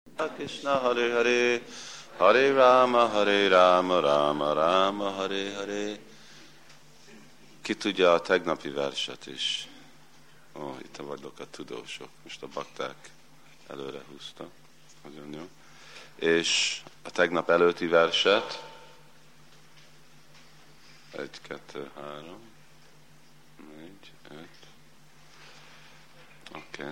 Krishna Hare Hare, Hare Rama, Rama Rama, Hare Hare. Ki tudja a tegnapi verset is? Ó, itt vagyok a tudósok. Most a bakták előre húztak. Nagyon jó. És a tegnap előtti verset. 1, 2, 3, 4, 5. Oké.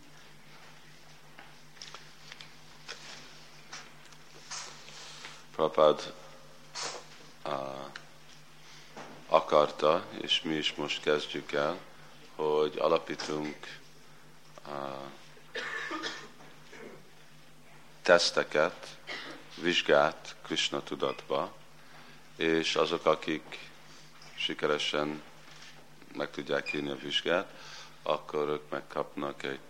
Prabhupád akarta, és mi is most kezdjük el, hogy alapítunk teszteket, vizsgát Krishna tudatba, és azok, akik sikeresen meg tudják írni a vizsgát, akkor ők megkapnak egy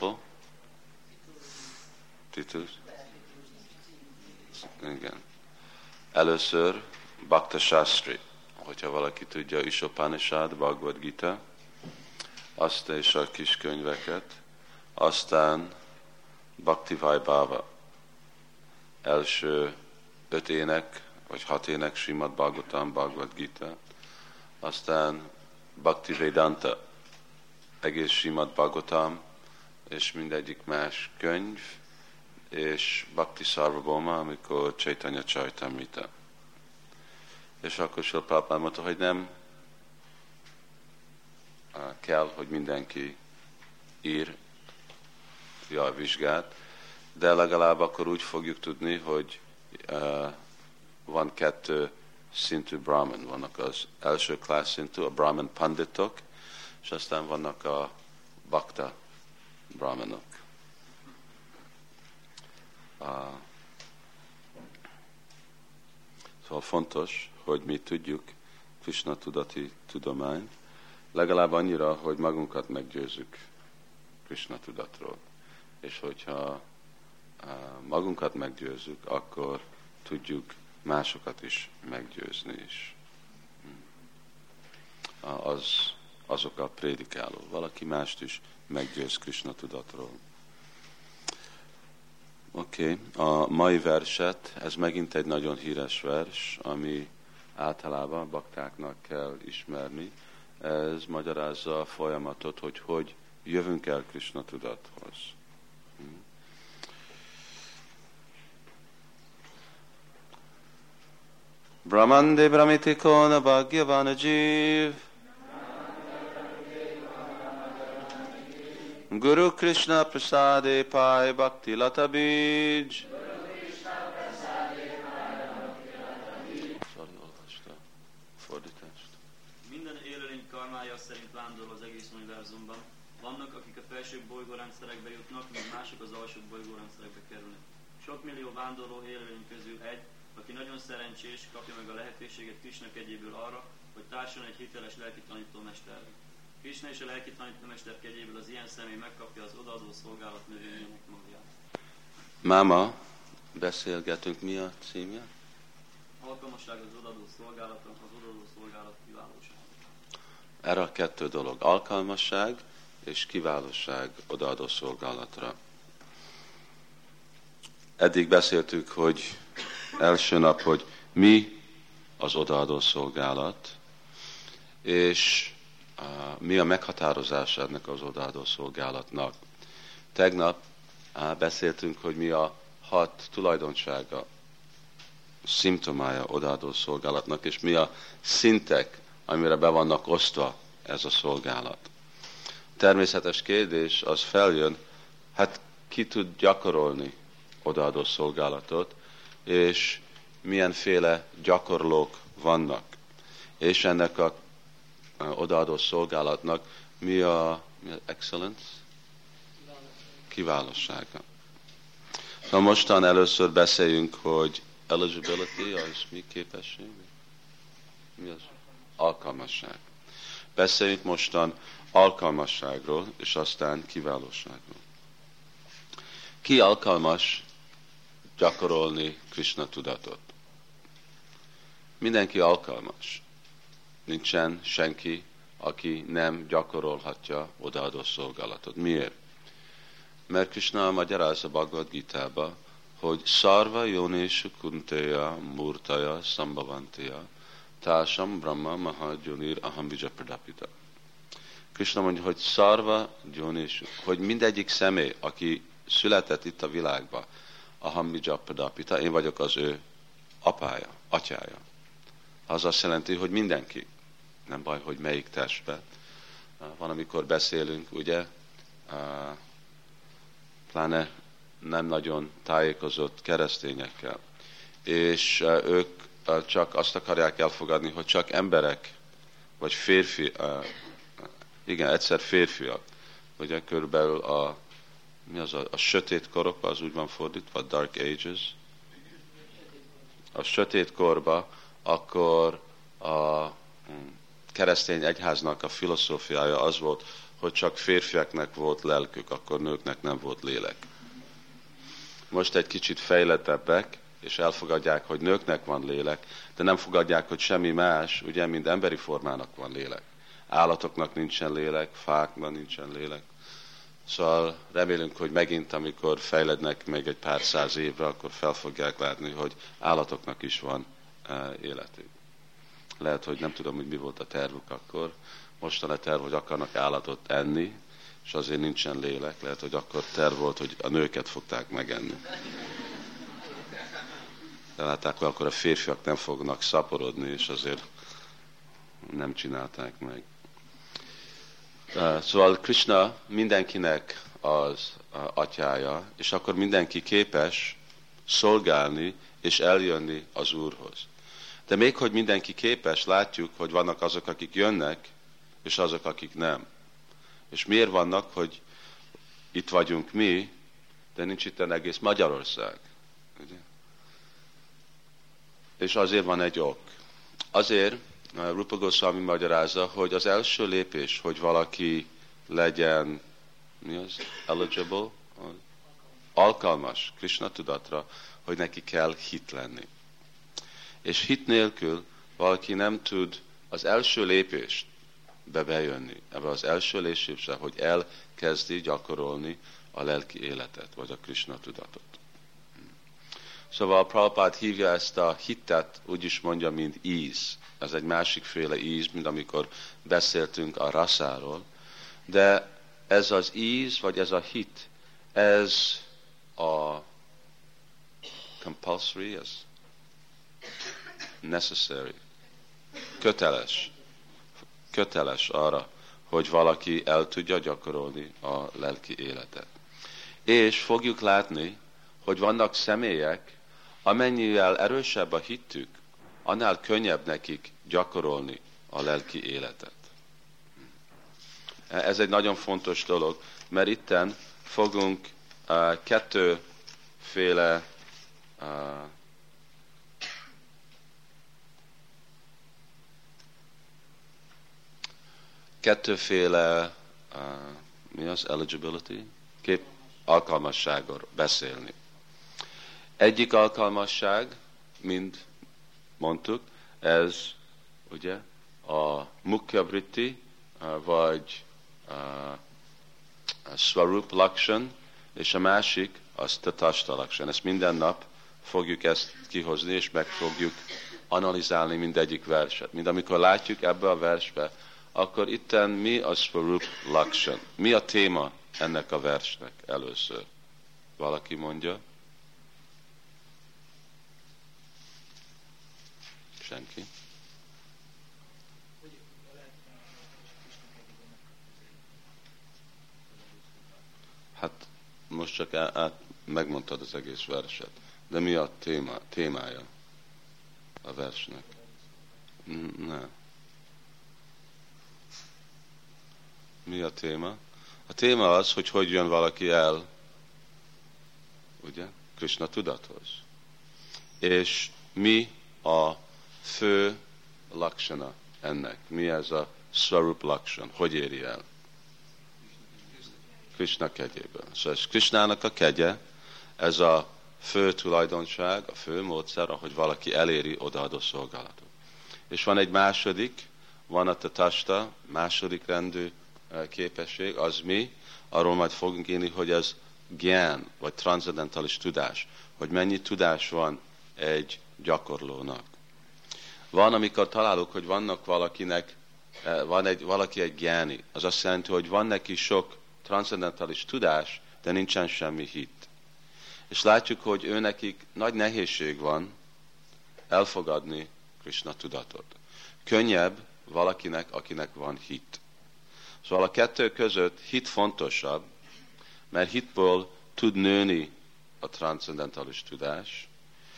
titul. Igen. Először Bhakta Shastri, hogyha valaki tudja Ishopanishad, Bhagavad Gita, azt és a kis könyveket, aztán Bhakti Vaibhava, első 5 ének, vagy 6 ének Srimad Bhagavatam, Bhagavad Gita, aztán Bhakti Vedanta, egész Srimad Bhagavatam, és mindegyik más könyv, és Bhakti Sarvabhauma, amikor Chaitanya Charitamrita. És akkor Srila Prabhupád mondta, hogy nem kell, hogy mindenki írja a vizsgát, de legalább akkor úgy fogjuk tudni, hogy van 2 szintű Brahman. Vannak az első class szintű, a Brahman panditok, és aztán vannak a Bhakta Brahmanok. Szóval fontos, hogy mi tudjuk Krishna tudati tudományt, legalább annyira, hogy magunkat meggyőzzük Krishna tudatról. És hogyha magunkat meggyőzzük, akkor tudjuk másokat is meggyőzni is. Azok a prédikáló. Valaki mást is meggyőz Krishna tudatról. Oké. A mai verset, ez megint egy nagyon híres vers, ami általában baktáknak kell ismerni. Ez magyarázza a folyamatot, hogy jövünk el Krishna tudathoz. Brahmande Brahmitiko na Bhagyavana Jeev Guru Krishna Prasade Pai Bhakti Lata Bij. Minden élőlény karmája szerint vándorol az egész univerzumban. Vannak, akik a felsőbb bolygórendszerekbe jutnak, míg mások az alsóbb bolygórendszerekbe kerülnek. Sok millió vándorló élőlény közül egy, aki nagyon szerencsés, kapja meg a lehetőséget Krishna kegyéből arra, hogy társuljon egy hiteles lelki tanítómesterrel. Krishna és a lelki tanítómester kegyéből az ilyen személy megkapja az odaadó szolgálat növényének magját. Máma, beszélgetünk, mi a címje? Alkalmasság az odaadó szolgálatra, az odaadó szolgálat kiválósága. Erre a 2 dolog, alkalmasság és kiválóság odaadó szolgálatra. Eddig beszéltük, hogy első nap, hogy mi az odaadó szolgálat, és mi a meghatározás ennek az odaadó szolgálatnak. Tegnap beszéltünk, hogy mi a 6 tulajdonsága, szimptomája odaadó szolgálatnak, és mi a szintek, amire be vannak osztva ez a szolgálat. Természetes kérdés az feljön, hát ki tud gyakorolni odaadó szolgálatot, és milyenféle gyakorlók vannak. És ennek a odaadó szolgálatnak mi a excellence? Kiválósága. Na mostan először beszéljünk, hogy eligibility, az mi képesség? Mi az? Alkalmasság. Beszéljünk mostan alkalmasságról, és aztán kiválóságról. Ki alkalmas gyakorolni Krishna tudatot? Mindenki alkalmas. Nincsen senki, aki nem gyakorolhatja odaadó szolgálatot. Miért? Mert Krishna magyarázza Bhagavad Gita-ba, hogy Sarva Yoneshu Kunteya Murtaya Sambhavantiya Társam Brahma Mahajunir Aham Vijapradapita. Krishna mondja, hogy Sarva Yoneshu, hogy mindegyik személy, aki született itt a világba, Aham Vijapradapita, én vagyok az ő apája, atyája. Az azt jelenti, hogy mindenki. Nem baj, hogy melyik testbe. Van, amikor beszélünk, ugye, pláne nem nagyon tájékozott keresztényekkel. És ők csak azt akarják elfogadni, hogy csak emberek, vagy férfi, igen, egyszer férfiak. Ugye körülbelül a sötét korokban, az úgy van fordítva, Dark Ages. A sötét korba, akkor a keresztény egyháznak a filozófiája az volt, hogy csak férfiaknak volt lelkük, akkor nőknek nem volt lélek. Most egy kicsit fejlettebbek, és elfogadják, hogy nőknek van lélek, de nem fogadják, hogy semmi más, ugye, mint emberi formának van lélek. Állatoknak nincsen lélek, fáknak nincsen lélek. Szóval remélünk, hogy megint, amikor fejlednek még egy pár száz évre, akkor fel fogják látni, hogy állatoknak is van életük. Lehet, hogy nem tudom, hogy mi volt a tervük akkor. Mostan a terv, hogy akarnak állatot enni, és azért nincsen lélek. Lehet, hogy akkor terv volt, hogy a nőket fogták megenni. De látták, hogy akkor a férfiak nem fognak szaporodni, és azért nem csinálták meg. Szóval Krishna mindenkinek az atyája, és akkor mindenki képes szolgálni és eljönni az Úrhoz. De még hogy mindenki képes, látjuk, hogy vannak azok, akik jönnek, és azok, akik nem. És miért vannak, hogy itt vagyunk mi, de nincs itt egész Magyarország? Ugye? És azért van egy ok. Azért Rupa Goswami magyarázza, hogy az első lépés, hogy valaki legyen, mi az? Eligible? Alkalmas Krishna tudatra, hogy neki kell hit lenni. És hit nélkül valaki nem tud az első lépést bejönni, ebbe az első lépésbe, hogy elkezdi gyakorolni a lelki életet, vagy a Krishna tudatot. Szóval Prabhupád hívja ezt a hitet, úgy is mondja, mint íz. Ez egy másikféle íz, mint amikor beszéltünk a raszáról. De ez az íz, vagy ez a hit, ez a compulsory, ez necessary, köteles arra, hogy valaki el tudja gyakorolni a lelki életet. És fogjuk látni, hogy vannak személyek, amennyivel erősebb a hittük, annál könnyebb nekik gyakorolni a lelki életet. Ez egy nagyon fontos dolog, mert itten fogunk kettőféle mi az? Eligibility? Alkalmasságról beszélni. Egyik alkalmasság, mint mondtuk, ez ugye a Mukhya Vritti, vagy a Swarup Lakshan, és a másik az Tatastha Lakshan. Ezt minden nap fogjuk ezt kihozni, és meg fogjuk analizálni mindegyik verset. Mind amikor látjuk ebbe a versbe, akkor itten mi a Swarup Lakshan? Mi a téma ennek a versnek először? Valaki mondja? Senki? Hát most csak megmondtad az egész verset. De mi a témája a versnek? Nem. Mi a téma? A téma az, hogy jön valaki el, ugye, Krishna tudathoz. És mi a fő lakshana ennek? Mi ez a Swarup Lakshan? Hogy éri el? Krishna kegyéből. Szóval Krishnának a kegye, ez a fő tulajdonság, a fő módszer, ahogy valaki eléri odaadó szolgálatot. És van egy második, van a Tatastha, második rendű képesség, az mi, arról majd fogunk írni, hogy ez gyán, vagy transzendentális tudás, hogy mennyi tudás van egy gyakorlónak. Van, amikor találok, hogy vannak valakinek, valaki egy gyáni. Az azt jelenti, hogy van neki sok transzendentális tudás, de nincsen semmi hit. És látjuk, hogy ő nekik nagy nehézség van elfogadni Krishna tudatot. Könnyebb valakinek, akinek van hit. Szóval a kettő között hit fontosabb, mert hitből tud nőni a transzendentális tudás,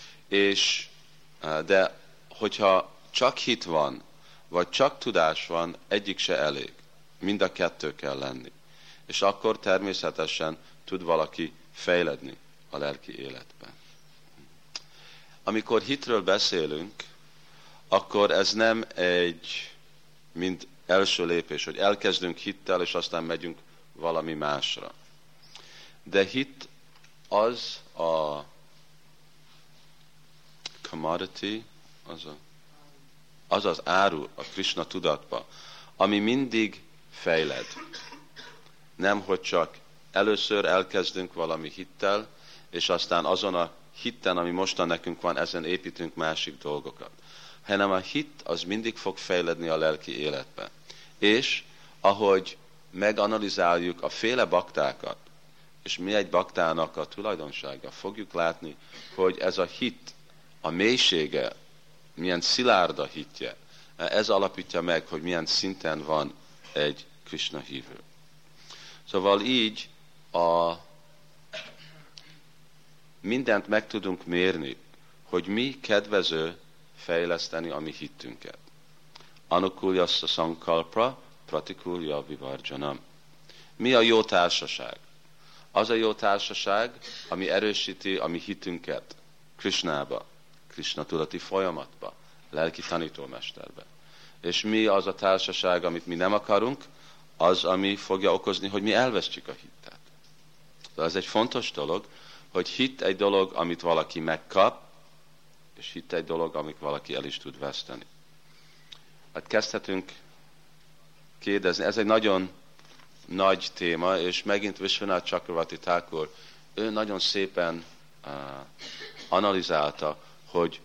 de hogyha csak hit van, vagy csak tudás van, egyik se elég. Mind a kettő kell lenni. És akkor természetesen tud valaki fejledni a lelki életben. Amikor hitről beszélünk, akkor ez nem mint első lépés, hogy elkezdünk hittel, és aztán megyünk valami másra. De hit az a commodity, az az áru a Krishna tudatba, ami mindig fejled. Nem, hogy csak először elkezdünk valami hittel, és aztán azon a hitten, ami mostan nekünk van, ezen építünk másik dolgokat. Hanem a hit az mindig fog fejledni a lelki életbe. És ahogy meganalizáljuk a féle baktákat, és mi egy baktának a tulajdonsága, fogjuk látni, hogy ez a hit, a mélysége, milyen szilárd a hitje, ez alapítja meg, hogy milyen szinten van egy Krishna hívő. Szóval így mindent meg tudunk mérni, hogy mi kedvező fejleszteni a mi hittünket. Anukulyassa sankalpa, pratikulya vivarjanam. Mi a jó társaság? Az a jó társaság, ami erősíti a mi hitünket Krishnába, Krishna tudati folyamatba, lelki tanítómesterbe. És mi az a társaság, amit mi nem akarunk, az, ami fogja okozni, hogy mi elvesztjük a hittet. De ez egy fontos dolog, hogy hit egy dolog, amit valaki megkap, és hit egy dolog, amit valaki el is tud veszteni. Hát kezdhetünk kérdezni. Ez egy nagyon nagy téma, és megint Vishwanath Chakravarti Thakur, ő nagyon szépen analizálta, hogy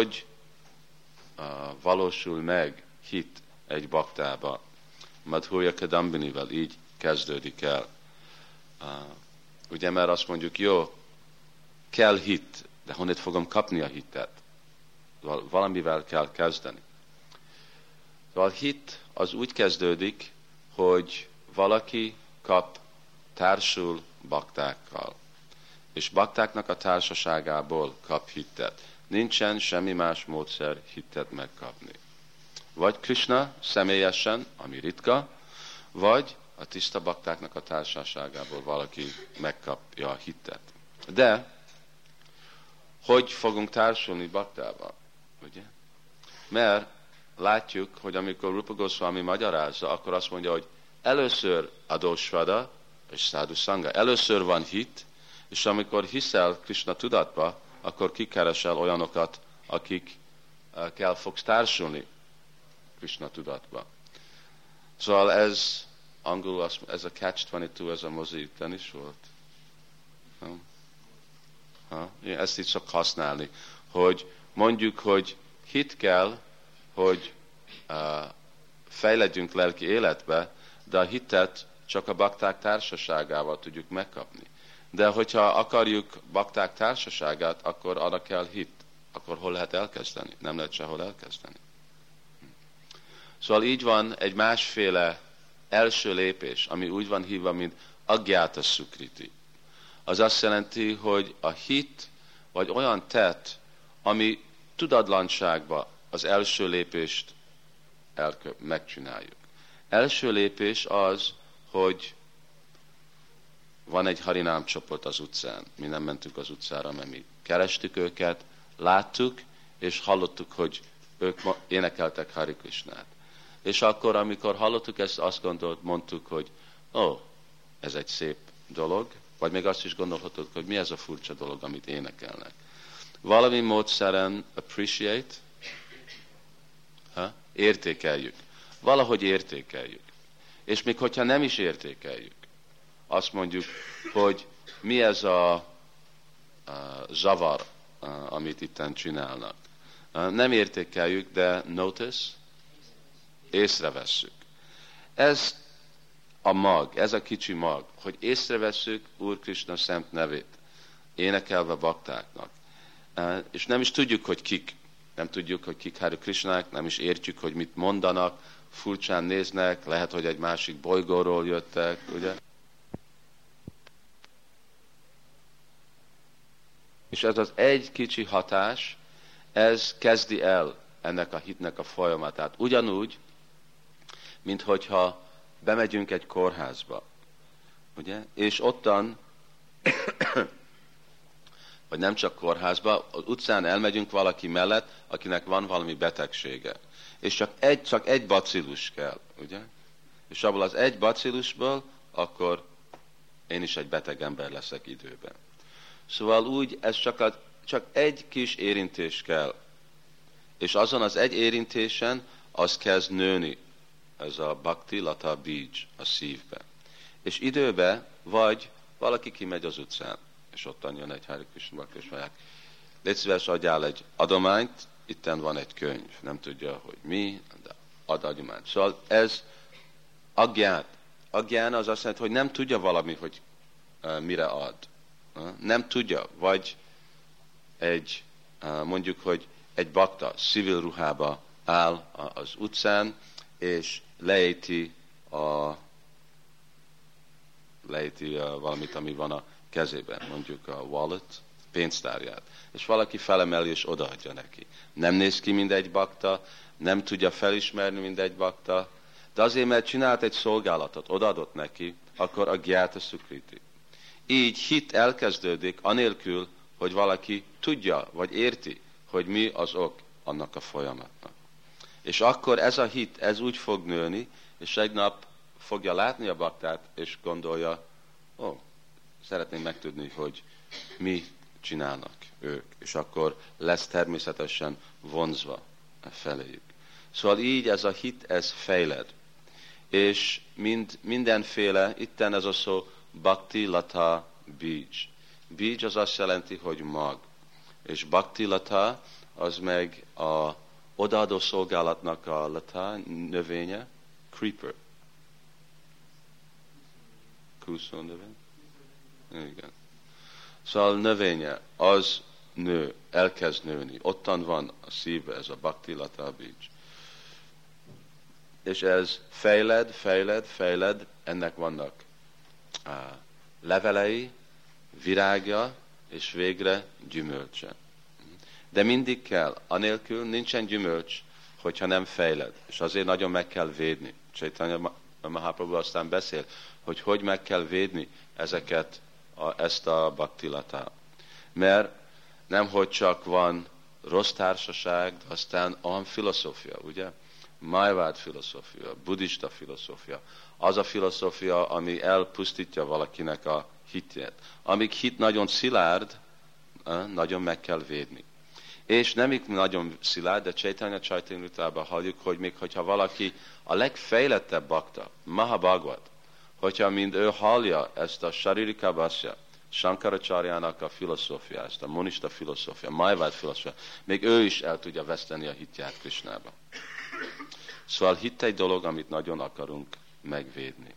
valósul meg hit egy baktába. Madhurya Kadambinivel így kezdődik el. Ugye, mert azt mondjuk, jó, kell hit, de honnét fogom kapni a hitet? Valamivel kell kezdeni. Szóval hit az úgy kezdődik, hogy valaki társul baktákkal, és baktáknak a társaságából kap hittet. Nincsen semmi más módszer hittet megkapni. Vagy Krishna személyesen, ami ritka, vagy a tiszta baktáknak a társaságából valaki megkapja a hittet. De hogy fogunk társulni baktába? Ugye? Mert látjuk, hogy amikor Rupa Goswami magyarázza, akkor azt mondja, hogy először adósvada és szádu szanga. Először van hit, és amikor hiszel Krishna tudatba, akkor kikeresel olyanokat, akikkel fogsz társulni Krishna tudatba. Szóval ez angolul, ez a catch-22, ez a moziikben is volt. Ezt így szok használni, hogy mondjuk, hogy hit kell, hogy fejledjünk lelki életbe, de a hitet csak a bakták társaságával tudjuk megkapni. De hogyha akarjuk bakták társaságát, akkor arra kell hit. Akkor hol lehet elkezdeni? Nem lehet sehol elkezdeni. Szóval így van egy másféle első lépés, ami úgy van hívva, mint aggyáta szukriti. Az azt jelenti, hogy a hit, vagy olyan tett, ami tudatlanságba az első lépést megcsináljuk. Első lépés az, hogy van egy harinám csoport az utcán. Mi nem mentünk az utcára, mert mi kerestük őket, láttuk, és hallottuk, hogy ők énekeltek Hari Krishnát. És akkor, amikor hallottuk ezt, azt mondtuk, hogy ez egy szép dolog, vagy még azt is gondolhatod, hogy mi ez a furcsa dolog, amit énekelnek. Valami módszeren appreciate, értékeljük. Valahogy értékeljük. És még hogyha nem is értékeljük, azt mondjuk, hogy mi ez a zavar, amit itten csinálnak. Nem értékeljük, de notice, észrevesszük. Ez a mag, ez a kicsi mag, hogy észrevesszük Úr Krisna szent nevét, énekelve baktáknak. És nem is tudjuk, hogy kik. Nem tudjuk, hogy kik Hare Krishnák, nem is értjük, hogy mit mondanak, furcsán néznek, lehet, hogy egy másik bolygóról jöttek, ugye? És ez az egy kicsi hatás, ez kezdi el ennek a hitnek a folyamatát. Ugyanúgy, mint hogyha bemegyünk egy kórházba, ugye? És ottan, vagy nem csak kórházba, az utcán elmegyünk valaki mellett, akinek van valami betegsége. És csak egy bacillus kell, ugye? És abból az egy bacillusból, akkor én is egy beteg ember leszek időben. Szóval úgy, ez csak egy kis érintés kell. És azon az egy érintésen az kezd nőni, ez a bhakti lata bij a szívbe. És időben, vagy valaki kimegy az utcán, és ottan jön egy Hare Krishna bakta, és mondják, légy szíves, adjál egy adományt, itten van egy könyv, nem tudja, hogy mi, de ad adományt. Szóval ez agyán. Agyán az azt jelenti, hogy nem tudja valami, hogy mire ad. Nem tudja, vagy mondjuk, hogy egy bakta civil ruhába áll az utcán, és leejti valamit, ami van a kezében, mondjuk a wallet, pénztárját. És valaki felemeli és odaadja neki. Nem néz ki mindegy bakta, nem tudja felismerni mindegy bakta, de azért, mert csinált egy szolgálatot, odaadott neki, akkor a gyáta szukriti. Így hit elkezdődik, anélkül, hogy valaki tudja, vagy érti, hogy mi az ok annak a folyamatnak. És akkor ez a hit, ez úgy fog nőni, és egy nap fogja látni a baktát, és gondolja, szeretném megtudni, hogy mi csinálnak ők. És akkor lesz természetesen vonzva feléjük. Szóval így ez a hit, ez fejled. És mindenféle, itten ez a szó, bhakti lata bij. Bij az azt jelenti, hogy mag. És bhakti lata, az meg a odaadó szolgálatnak a lata, növénye, creeper. Kúszó növény? Igen. Szóval növénye, az nő, elkezd nőni. Ottan van a szívbe, ez a bhakti lata bij. És ez fejled, ennek vannak levelei, virágja, és végre gyümölcse. De mindig kell, anélkül nincsen gyümölcs, hogyha nem fejled. És azért nagyon meg kell védni. Chaitanya Mahaprabhu aztán beszél, hogy meg kell védni ezt a bhakti latát. Mert nem, hogy csak van rossz társaság, aztán olyan filozófia, ugye? Májvád filozófia, buddhista filozófia. Az a filozófia, ami elpusztítja valakinek a hitjét. Amíg hit nagyon szilárd, nagyon meg kell védni. És nem így nagyon szilárd, de Chaitanya Charitamritában halljuk, hogy még hogyha valaki a legfejlettebb bakta, Mahabhagavad, hogyha mind ő hallja ezt a Sharirika Bhasya, Shankaracharjának a filozófiát, ezt a monista filozófia, Májvád filozófia, még ő is el tudja veszteni a hitját Krishnába. Szóval hit egy dolog, amit nagyon akarunk megvédni.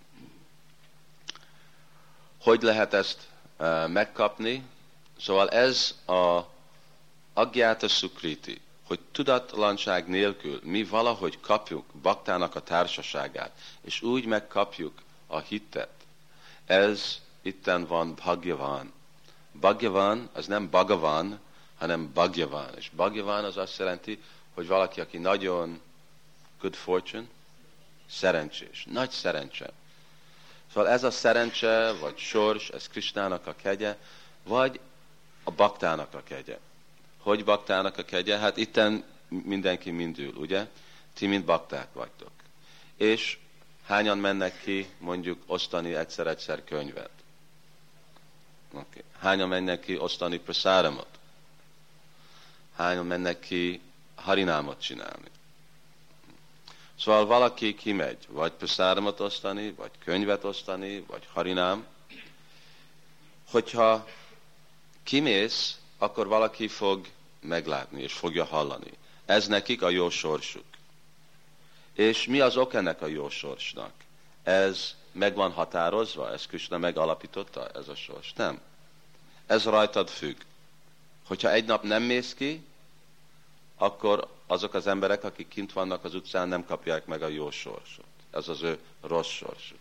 Hogy lehet ezt megkapni? Szóval ez a agyáta szukriti, hogy tudatlanság nélkül mi valahogy kapjuk baktának a társaságát, és úgy megkapjuk a hittet. Ez itten van Bhagyavan. Bhagyavan, az nem Bhagavan, hanem Bhagyavan. És Bhagyavan az azt jelenti, hogy valaki, aki nagyon good fortune, szerencsés, nagy szerencse. Szóval ez a szerencse, vagy sors, ez Krishnának a kegye, vagy a baktának a kegye. Hogy baktának a kegye? Hát itten mindenki mind ül, ugye? Ti mind bakták vagytok. És hányan mennek ki mondjuk osztani egyszer-egyszer könyvet? Okay. Hányan mennek ki osztani prasáramot? Hányan mennek ki harinámot csinálni? Szóval valaki kimegy, vagy prasáramot osztani, vagy könyvet osztani, vagy harinám, hogyha kimész, akkor valaki fog meglátni, és fogja hallani. Ez nekik a jó sorsuk. És mi az ok ennek a jó sorsnak? Ez meg van határozva? Ez Krishna megalapította, ez a sors? Nem. Ez rajtad függ. Hogyha egy nap nem mész ki, akkor azok az emberek, akik kint vannak az utcán, nem kapják meg a jó sorsot. Ez az ő rossz sorsuk.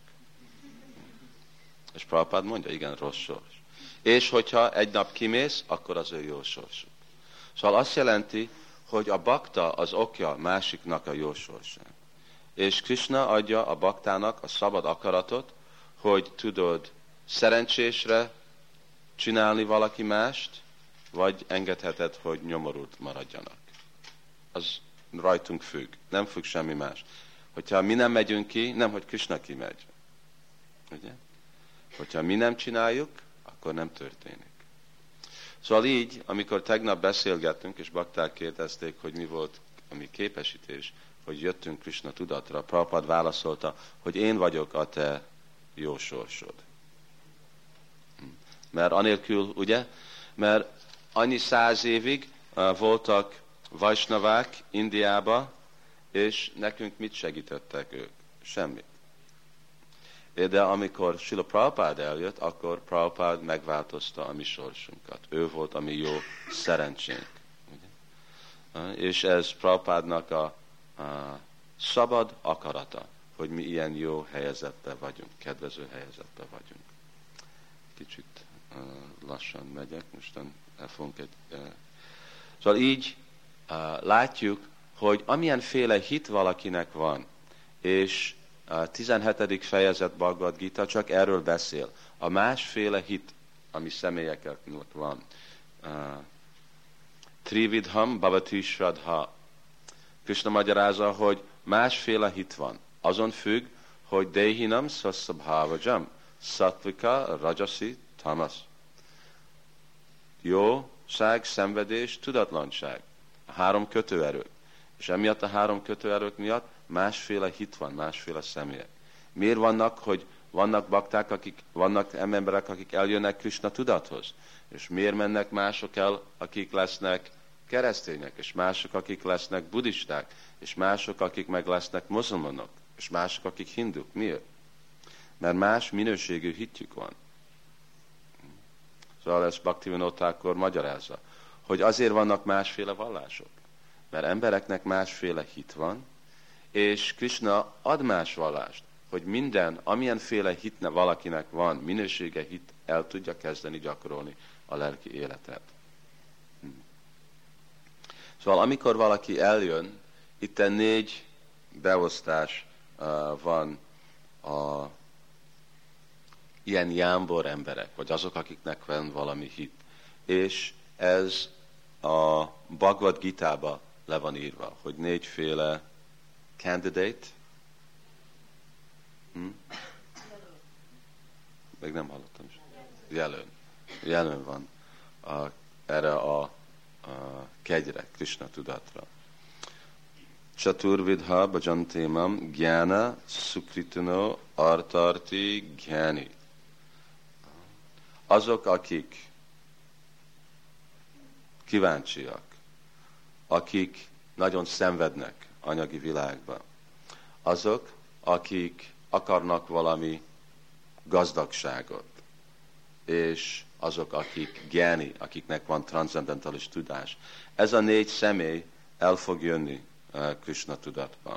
És Prabhupád mondja, igen, rossz sors. És hogyha egy nap kimész, akkor az ő jó sorsuk. Szóval azt jelenti, hogy a bakta az okja másiknak a jó sorsán. És Krishna adja a baktának a szabad akaratot, hogy tudod szerencsésre csinálni valaki mást, vagy engedheted, hogy nyomorult maradjanak. Az rajtunk függ, nem függ semmi más. Hogyha mi nem megyünk ki, nem, hogy Krishna kimegy. Ugye? Hogyha mi nem csináljuk, akkor nem történik. Szóval így, amikor tegnap beszélgettünk, és bakták kérdezték, hogy mi volt a mi képesítés, hogy jöttünk Krishna tudatra, Prabhupád válaszolta, hogy én vagyok a te jó sorsod. Mert anélkül, ugye, mert annyi 100 évig voltak vajsnavák Indiába, és nekünk mit segítettek ők? Semmit. De amikor Srila Prabhupád eljött, akkor Prabhupád megváltozta a mi sorsunkat. Ő volt a mi jó szerencsénk. Ugye? És ez Prabhupádnak a szabad akarata, hogy mi ilyen jó helyezetben vagyunk, kedvező helyezetben vagyunk. Kicsit lassan megyek, mostan elfogunk egy... Szóval így látjuk, hogy amilyenféle hit valakinek van, és a 17. fejezet Bhagavad Gita csak erről beszél. A másféle hit, ami személyeknek van. Trividham bhavati shraddha. Krishna magyarázza, hogy másféle hit van. Azon függ, hogy dehinam svassabhavajam, sattvika, rajasi, tamas. Jóság, szenvedés, tudatlanság. A 3 kötőerők. És emiatt a 3 kötőerők miatt másféle hit van, másféle személyek. Miért vannak, hogy vannak bakták, vannak emberek, akik eljönnek Krishna tudathoz? És miért mennek mások el, akik lesznek keresztények, és mások, akik lesznek buddhisták, és mások, akik meg lesznek muzulmanok, és mások, akik hinduk? Miért? Mert más minőségű hitjük van. Szóval ezt Bhaktivinoda Thakur magyarázza, hogy azért vannak másféle vallások. Mert embereknek másféle hit van, és Krishna ad más vallást, hogy minden, amilyenféle hitne valakinek van, minősége hit, el tudja kezdeni gyakorolni a lelki életet. Szóval amikor valaki eljön, itt 4 beosztás van a ilyen jámbor emberek, vagy azok, akiknek van valami hit. És ez a Bhagavad Gitába le van írva, hogy 4 féle candidate. Még nem hallottam is. Jelön van erre a kegyre, Krishna tudatra. Chaturvidha bhajantémam gyána sukritino artarti gyáni. Azok, akik kíváncsiak, akik nagyon szenvednek anyagi világban, azok, akik akarnak valami gazdagságot, és azok, akik gyáni, akiknek van transzendentális tudás. Ez a 4 személy el fog jönni Krishna tudatba.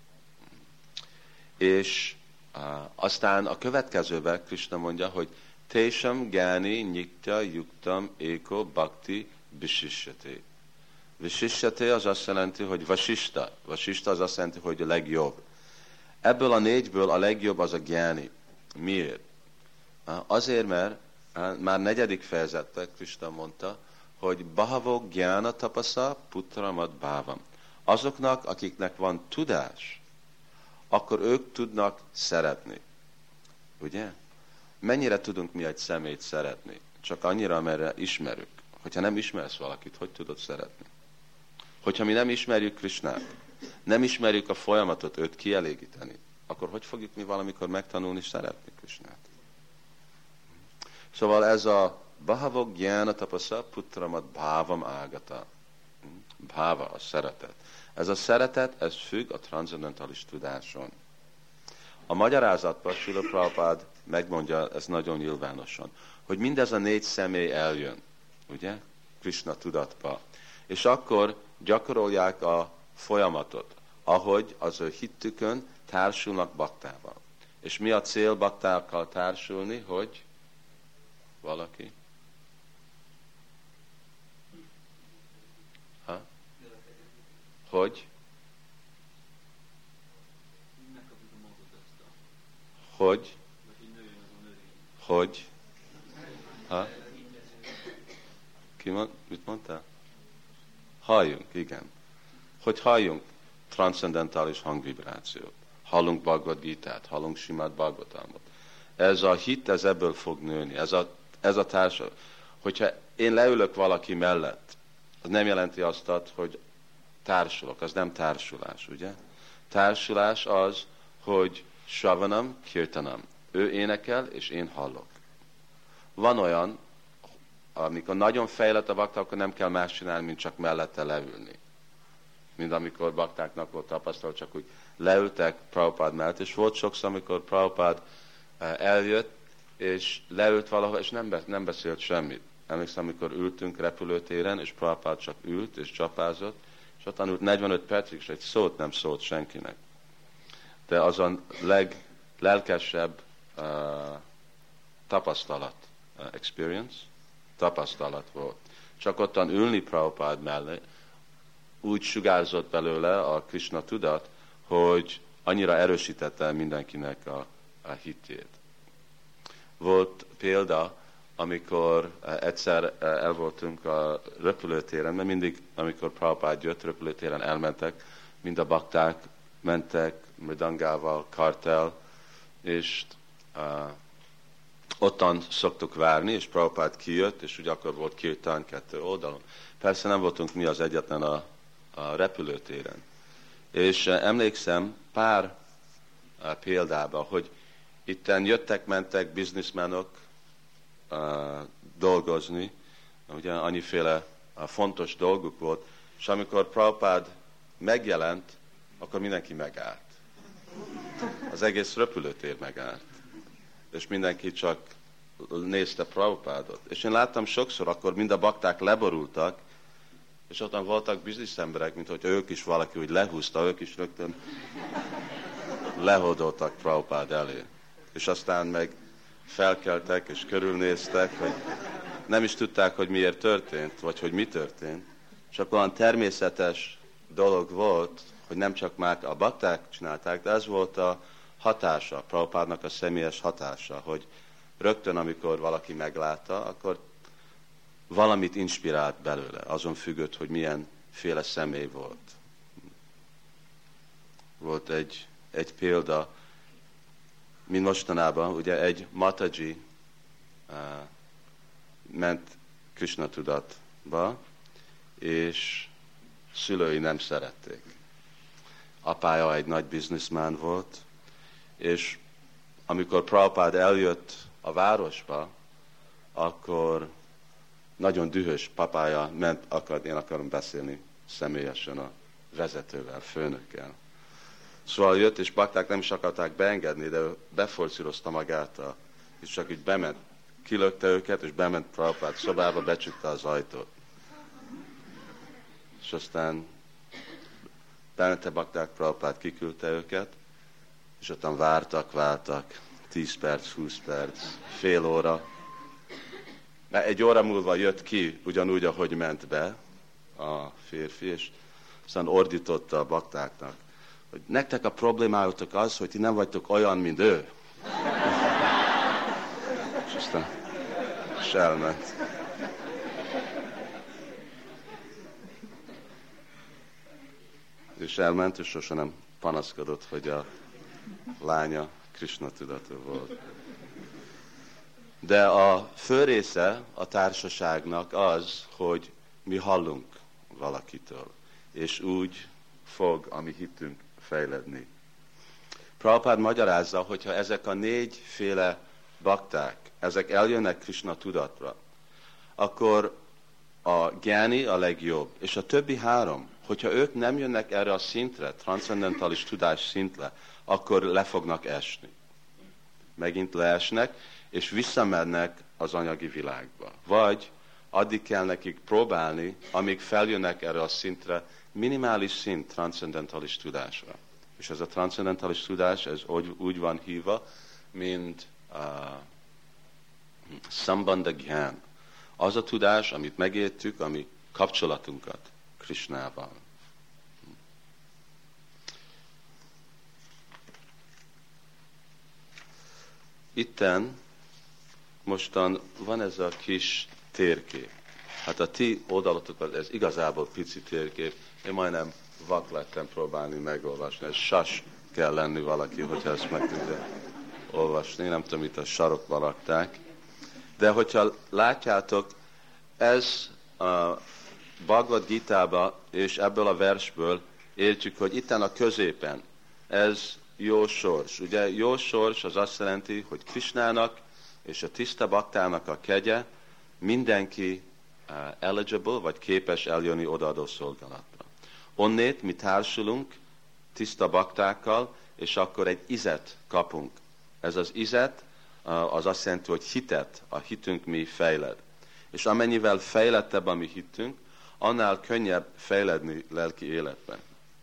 És aztán a következőben Krishna mondja, hogy Tésam gyáni nyitya yuktam éko bhakti visishyate. Visishyate az azt jelenti, hogy vasista. Vasista az azt jelenti, hogy a legjobb. Ebből a 4-ből a legjobb az a gyáni. Miért? Azért, mert már 4. fejezetben Krishna mondta, hogy Bahavo gyána tapasa putramad bávam. Azoknak, akiknek van tudás, akkor ők tudnak szeretni. Ugye? Mennyire tudunk mi egy személyt szeretni? Csak annyira, amerre ismerünk. Hogyha nem ismersz valakit, hogy tudod szeretni? Hogyha mi nem ismerjük Krishnát, nem ismerjük a folyamatot őt kielégíteni, akkor hogy fogjuk mi valamikor megtanulni szeretni Krishnát? Szóval ez a Bhavok Gyána Tapasa Putramat Bhavam Ágata. Bhava, a szeretet. Ez a szeretet, ez függ a transzendentális tudáson. A magyarázatban Srila Prabhupád megmondja, ez nagyon nyilvánosan, hogy mindez a 4 személy eljön, ugye? Krishna tudatba. És akkor gyakorolják a folyamatot, ahogy az ő hittükön társulnak baktával. És mi a cél baktákkal társulni, hogy valaki? Hogy? Hogy? Ha? Mit mondtál? Halljunk, igen. Hogy halljunk transzcendentális hangvibrációt. Hallunk Bhagavad Gitát, hallunk Simad Bhagavatamot. Ez a hit, ez ebből fog nőni. Ez a társadalom. Hogyha én leülök valaki mellett, az nem jelenti azt, hogy társulok, az nem társulás, ugye? Társulás az, hogy Shravanam, Kirtanam. Ő énekel, és én hallok. Van olyan, amikor nagyon fejlett a bakta, akkor nem kell más csinálni, mint csak mellette leülni. Mint amikor baktáknak volt tapasztalat, csak úgy leültek Prabhupád mellett, és volt sokszor, amikor Prabhupád eljött, és leült valahol, és nem beszélt semmit. Emlékszem, amikor ültünk repülőtéren, és Prabhupád csak ült, és csapázott, és ott ült 45 percig, és egy szót nem szólt senkinek. De az a leglelkesebb tapasztalat, experience, tapasztalat volt. Csak ottan ülni Prabhupád mellé, úgy sugárzott belőle a Krishna tudat, hogy annyira erősítette mindenkinek a hitét. Volt példa, amikor egyszer el voltunk a repülőtéren, mert mindig, amikor Prabhupád jött, repülőtéren elmentek, mind a bakták mentek, mridangával, kartel, és ottan szoktuk várni, és Prabhupád kijött, és ugye akkor volt kirtán 2 oldalon. Persze nem voltunk mi az egyetlen a repülőtéren. És emlékszem pár példában, hogy itten jöttek-mentek bizniszmenok dolgozni, ugye annyiféle fontos dolguk volt, és amikor Prabhupád megjelent, akkor mindenki megállt. Az egész repülőtér megállt. És mindenki csak nézte Prabhupádot. És én láttam sokszor, akkor mind a bakták leborultak, és ottan voltak bizniszemberek, mint hogy ők is valaki úgy lehúzta, ők is rögtön lehódoltak Prabhupád elé. És aztán meg felkeltek és körülnéztek, hogy nem is tudták, hogy miért történt, vagy hogy mi történt. Csak olyan természetes dolog volt, hogy nem csak már a bakták csinálták, de ez volt a hatása, Prabhupádnak a személyes hatása, hogy rögtön, amikor valaki meglátta, akkor valamit inspirált belőle, azon függött, hogy milyen féle személy volt. Volt egy példa, mint mostanában, ugye egy Mataji ment Krishna tudatba, és szülői nem szerették. Apája egy nagy bizniszmán volt, és amikor Prabhupád eljött a városba, akkor nagyon dühös papája ment, én akarom beszélni személyesen a vezetővel, főnökkel. Szóval jött, és bakták nem is akarták beengedni, de ő beforszírozta magát, és csak így bement, kilökte őket, és bement Prabhupád szobába, becsukta az ajtót. És aztán bemente bakták, Prabhupád kiküldte őket, és ottan vártak, 10 perc, 20 perc, fél óra. Mert egy óra múlva jött ki, ugyanúgy, ahogy ment be a férfi, és aztán ordította a baktáknak, hogy nektek a problémátok az, hogy ti nem vagytok olyan, mint ő. És aztán és elment. És elment, és sosem nem panaszkodott, hogy a lánya Krishna tudatú volt. De a fő része a társaságnak az, hogy mi hallunk valakitől, és úgy fog a mi hitünk fejledni. Prabhupád magyarázza, hogyha ezek a 4 féle bakták, ezek eljönnek Krishna tudatra, akkor a gyáni a legjobb. És a többi három, hogyha ők nem jönnek erre a szintre, transzcendentális tudás szintre, akkor le fognak esni. Megint leesnek, és visszamennek az anyagi világba. Vagy addig kell nekik próbálni, amíg feljönnek erre a szintre, minimális szint transzcendentális tudásra. És ez a transzcendentális tudás, ez úgy van hívva, mint sambandha gyán. Az a tudás, amit megértük, ami kapcsolatunkat Krishnával. Itten mostan van ez a kis térkép. Hát a ti oldalatokon ez igazából pici térkép. Én majdnem vak lettem próbálni megolvasni. Ez sas kell lenni valaki, hogyha ezt meg tudja olvasni. Nem tudom, itt a sarokba rakták. De hogyha látjátok, ez a Bhagavad Gita-ba, és ebből a versből értjük, hogy itten a középen, ez jó sors. Ugye jó sors az azt jelenti, hogy Krishnának és a tiszta baktának a kegye mindenki eligible, vagy képes eljönni odaadó szolgálatra. Onnét mi társulunk tiszta baktákkal, és akkor egy izet kapunk. Ez az izet, az azt jelenti, hogy hitet, a hitünk mi fejled. És amennyivel fejlettebb a mi hitünk, annál könnyebb fejledni lelki életben.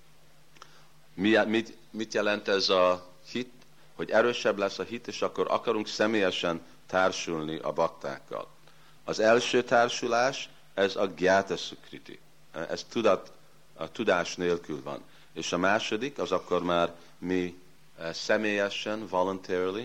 Mit jelent ez a hit? Hogy erősebb lesz a hit, és akkor akarunk személyesen társulni a baktákkal. Az első társulás, ez a gyáta szukriti. Ez a tudás nélkül van. És a második, az akkor már mi személyesen, voluntarily,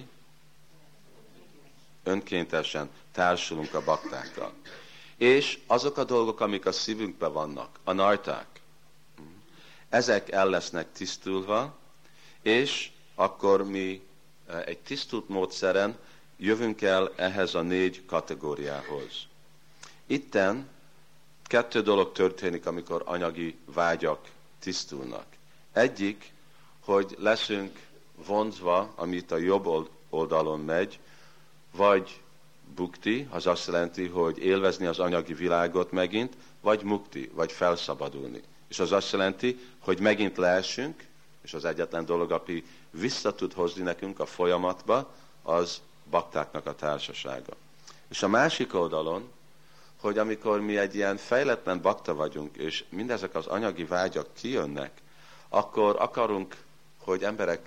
önkéntesen társulunk a baktákkal. És azok a dolgok, amik a szívünkben vannak, a narták, ezek el lesznek tisztulva, és akkor mi egy tisztult módszeren jövünk el ehhez a 4 kategóriához. Itten 2 dolog történik, amikor anyagi vágyak tisztulnak. Egyik, hogy leszünk vonzva, amit a jobb oldalon megy, vagy bukti, az azt jelenti, hogy élvezni az anyagi világot megint, vagy mukti, vagy felszabadulni. És az azt jelenti, hogy megint leesünk, és az egyetlen dolog, ami vissza tud hozni nekünk a folyamatba, az baktáknak a társasága. És a másik oldalon, hogy amikor mi egy ilyen fejletlen bakta vagyunk, és mindezek az anyagi vágyak kijönnek, akkor akarunk, hogy emberek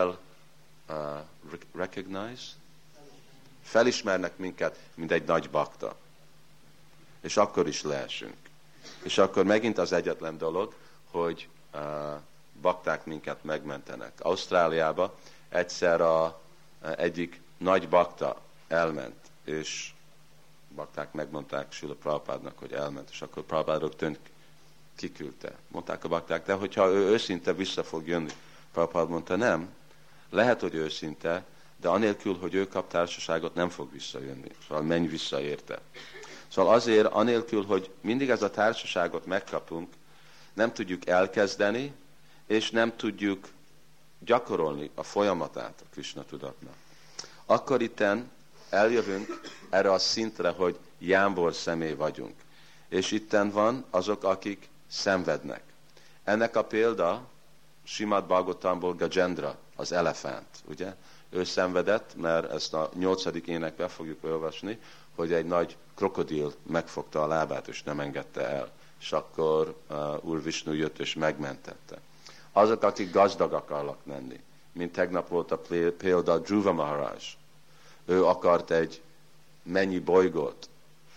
felismernek minket, mint egy nagy bakta. És akkor is leesünk. És akkor megint az egyetlen dolog, hogy bakták minket megmentenek. Ausztráliába egyszer egyik nagy bakta elment, és bakták megmondták Srila Prabhupádnak, hogy elment, és akkor Prabhupád rögtön kiküldte. Mondták a bakták, de hogyha ő őszinte vissza fog jönni. Prabhupád mondta, nem, lehet, hogy őszinte, de anélkül, hogy ő kap társaságot, nem fog visszajönni. Szóval menj vissza érte. Szóval azért, anélkül, hogy mindig ez a társaságot megkapunk, nem tudjuk elkezdeni, és nem tudjuk gyakorolni a folyamatát a Krishna tudatnak. Akkor itten eljövünk erre a szintre, hogy jámbor személy vagyunk. És itten van azok, akik szenvednek. Ennek a példa Srimad Bhagavatamból Gajendra, az elefánt, ugye? Ő szenvedett, mert ezt a 8. énekben fogjuk olvasni, hogy egy nagy krokodil megfogta a lábát, és nem engedte el. És akkor Úr Visnu jött, és megmentette. Azok, akik gazdag akarnak lenni, mint tegnap volt a példa Dhruva Maharaj. Ő akart egy mennyi bolygót.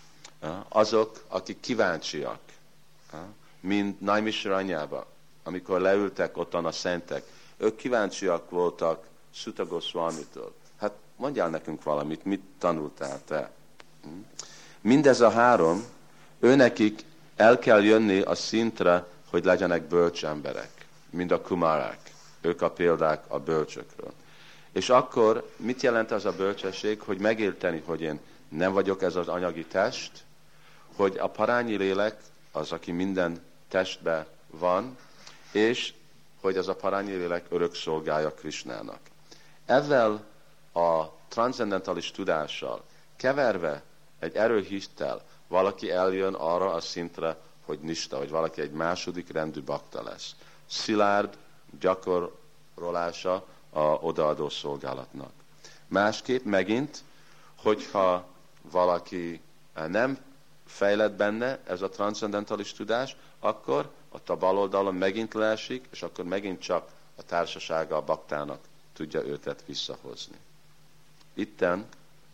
Azok, akik kíváncsiak, mint Naimisaranyába, amikor leültek ottan a szentek, ők kíváncsiak voltak Sutta Goswamitól. Hát mondjál nekünk valamit, mit tanultál te? Mindez a 3, őnekik el kell jönni a szintre, hogy legyenek bölcs emberek, mint a kumarák. Ők a példák a bölcsökről. És akkor mit jelent az a bölcsesség, hogy megérteni, hogy én nem vagyok ez az anyagi test, hogy a parányi lélek az, aki minden testben van, és hogy az a parányi lélek örök szolgálja Krishnának. Ezzel a transzcendentalis tudással keverve egy erőhittel valaki eljön arra a szintre, hogy nista, hogy valaki egy második rendű bakta lesz. Szilárd gyakorolása a odaadó szolgálatnak. Másképp megint, hogyha valaki nem fejlett benne ez a transzcendentalis tudás, akkor ott a bal oldalon megint leesik, és akkor megint csak a társasága a baktának tudja őtet visszahozni. Itten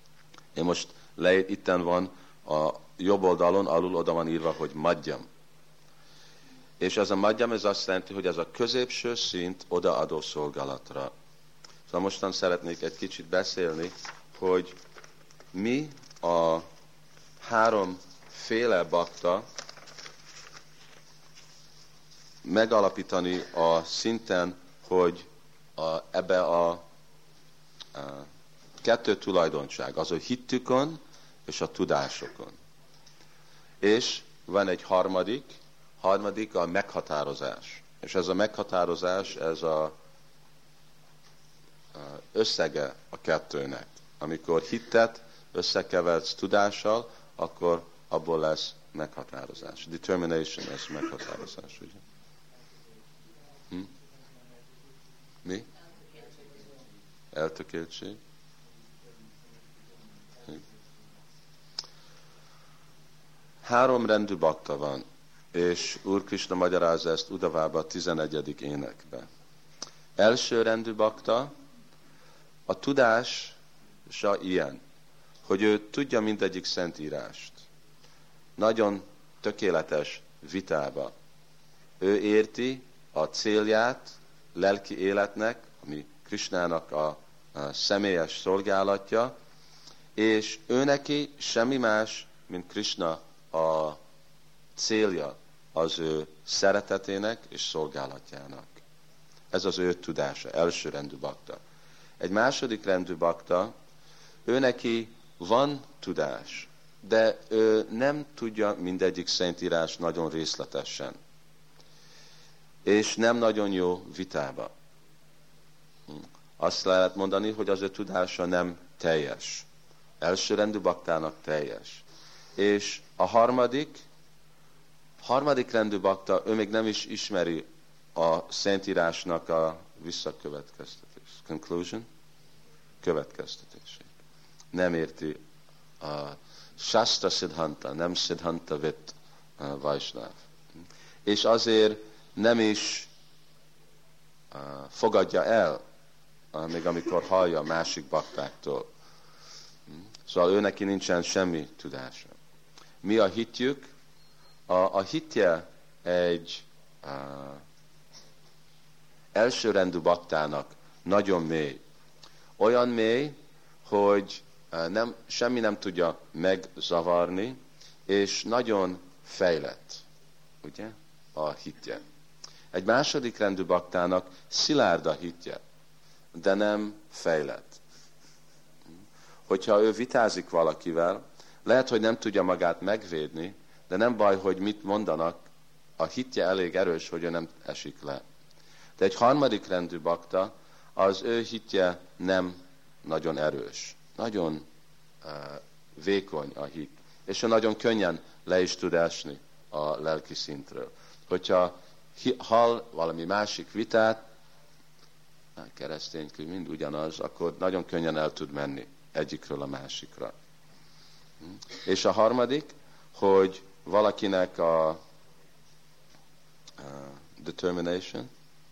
van a jobb oldalon, alul oda van írva, hogy madhyam. És ez a madhyam, ez azt jelenti, hogy ez a középső szint odaadó szolgálatra. Szóval mostan szeretnék egy kicsit beszélni, hogy mi a háromféle bakta megalapítani a szinten, hogy ebbe a kettő tulajdonság, az a hittükön és a tudásokon. És van egy harmadik a meghatározás. És ez a meghatározás, ez a összege a kettőnek. Amikor hittet összekeversz tudással, akkor abból lesz meghatározás. Determination, ez meghatározás, ugye? Mi? Eltökéltség. Három rendű bakta van, és Úr Krisna magyarázza ezt Udavába a 11. énekbe. Első rendű bakta, a tudása ilyen, hogy ő tudja mindegyik szentírást. Nagyon tökéletes vitába. Ő érti a célját lelki életnek, ami Krisnának a személyes szolgálatja, és ő neki semmi más, mint Krisna a célja az ő szeretetének és szolgálatjának. Ez az ő tudása, első rendű bakta. Egy második rendű bakta, ő neki van tudás, de ő nem tudja mindegyik szentírás nagyon részletesen. És nem nagyon jó vitába. Azt lehet mondani, hogy az ő tudása nem teljes. Elsőrendű baktának teljes. És a harmadik rendű bakta, ő még nem is ismeri a szentírásnak a visszakövetkeztetés. Conclusion? Következtetését. Nem érti a Shastra Siddhanta, nem Siddhanta Vit Vaisnav. És azért nem is fogadja el, még amikor hallja a másik baktáktól. Szóval ő neki nincsen semmi tudása. Mi a hitjük? A hitje egy elsőrendű baktának nagyon mély. Olyan mély, hogy semmi nem tudja megzavarni, és nagyon fejlett, ugye, a hitje. Egy második rendű baktának szilárd a hitje, de nem fejlett. Hogyha ő vitázik valakivel, lehet, hogy nem tudja magát megvédni, de nem baj, hogy mit mondanak, a hitje elég erős, hogy ő nem esik le. De egy harmadik rendű bakta, az ő hitje nem nagyon erős. Nagyon vékony a hit. És ő nagyon könnyen le is tud esni a lelki szintről. Hogyha hall valami másik vitát, keresztény mind ugyanaz, akkor nagyon könnyen el tud menni egyikről a másikra. És a harmadik, hogy valakinek a determination,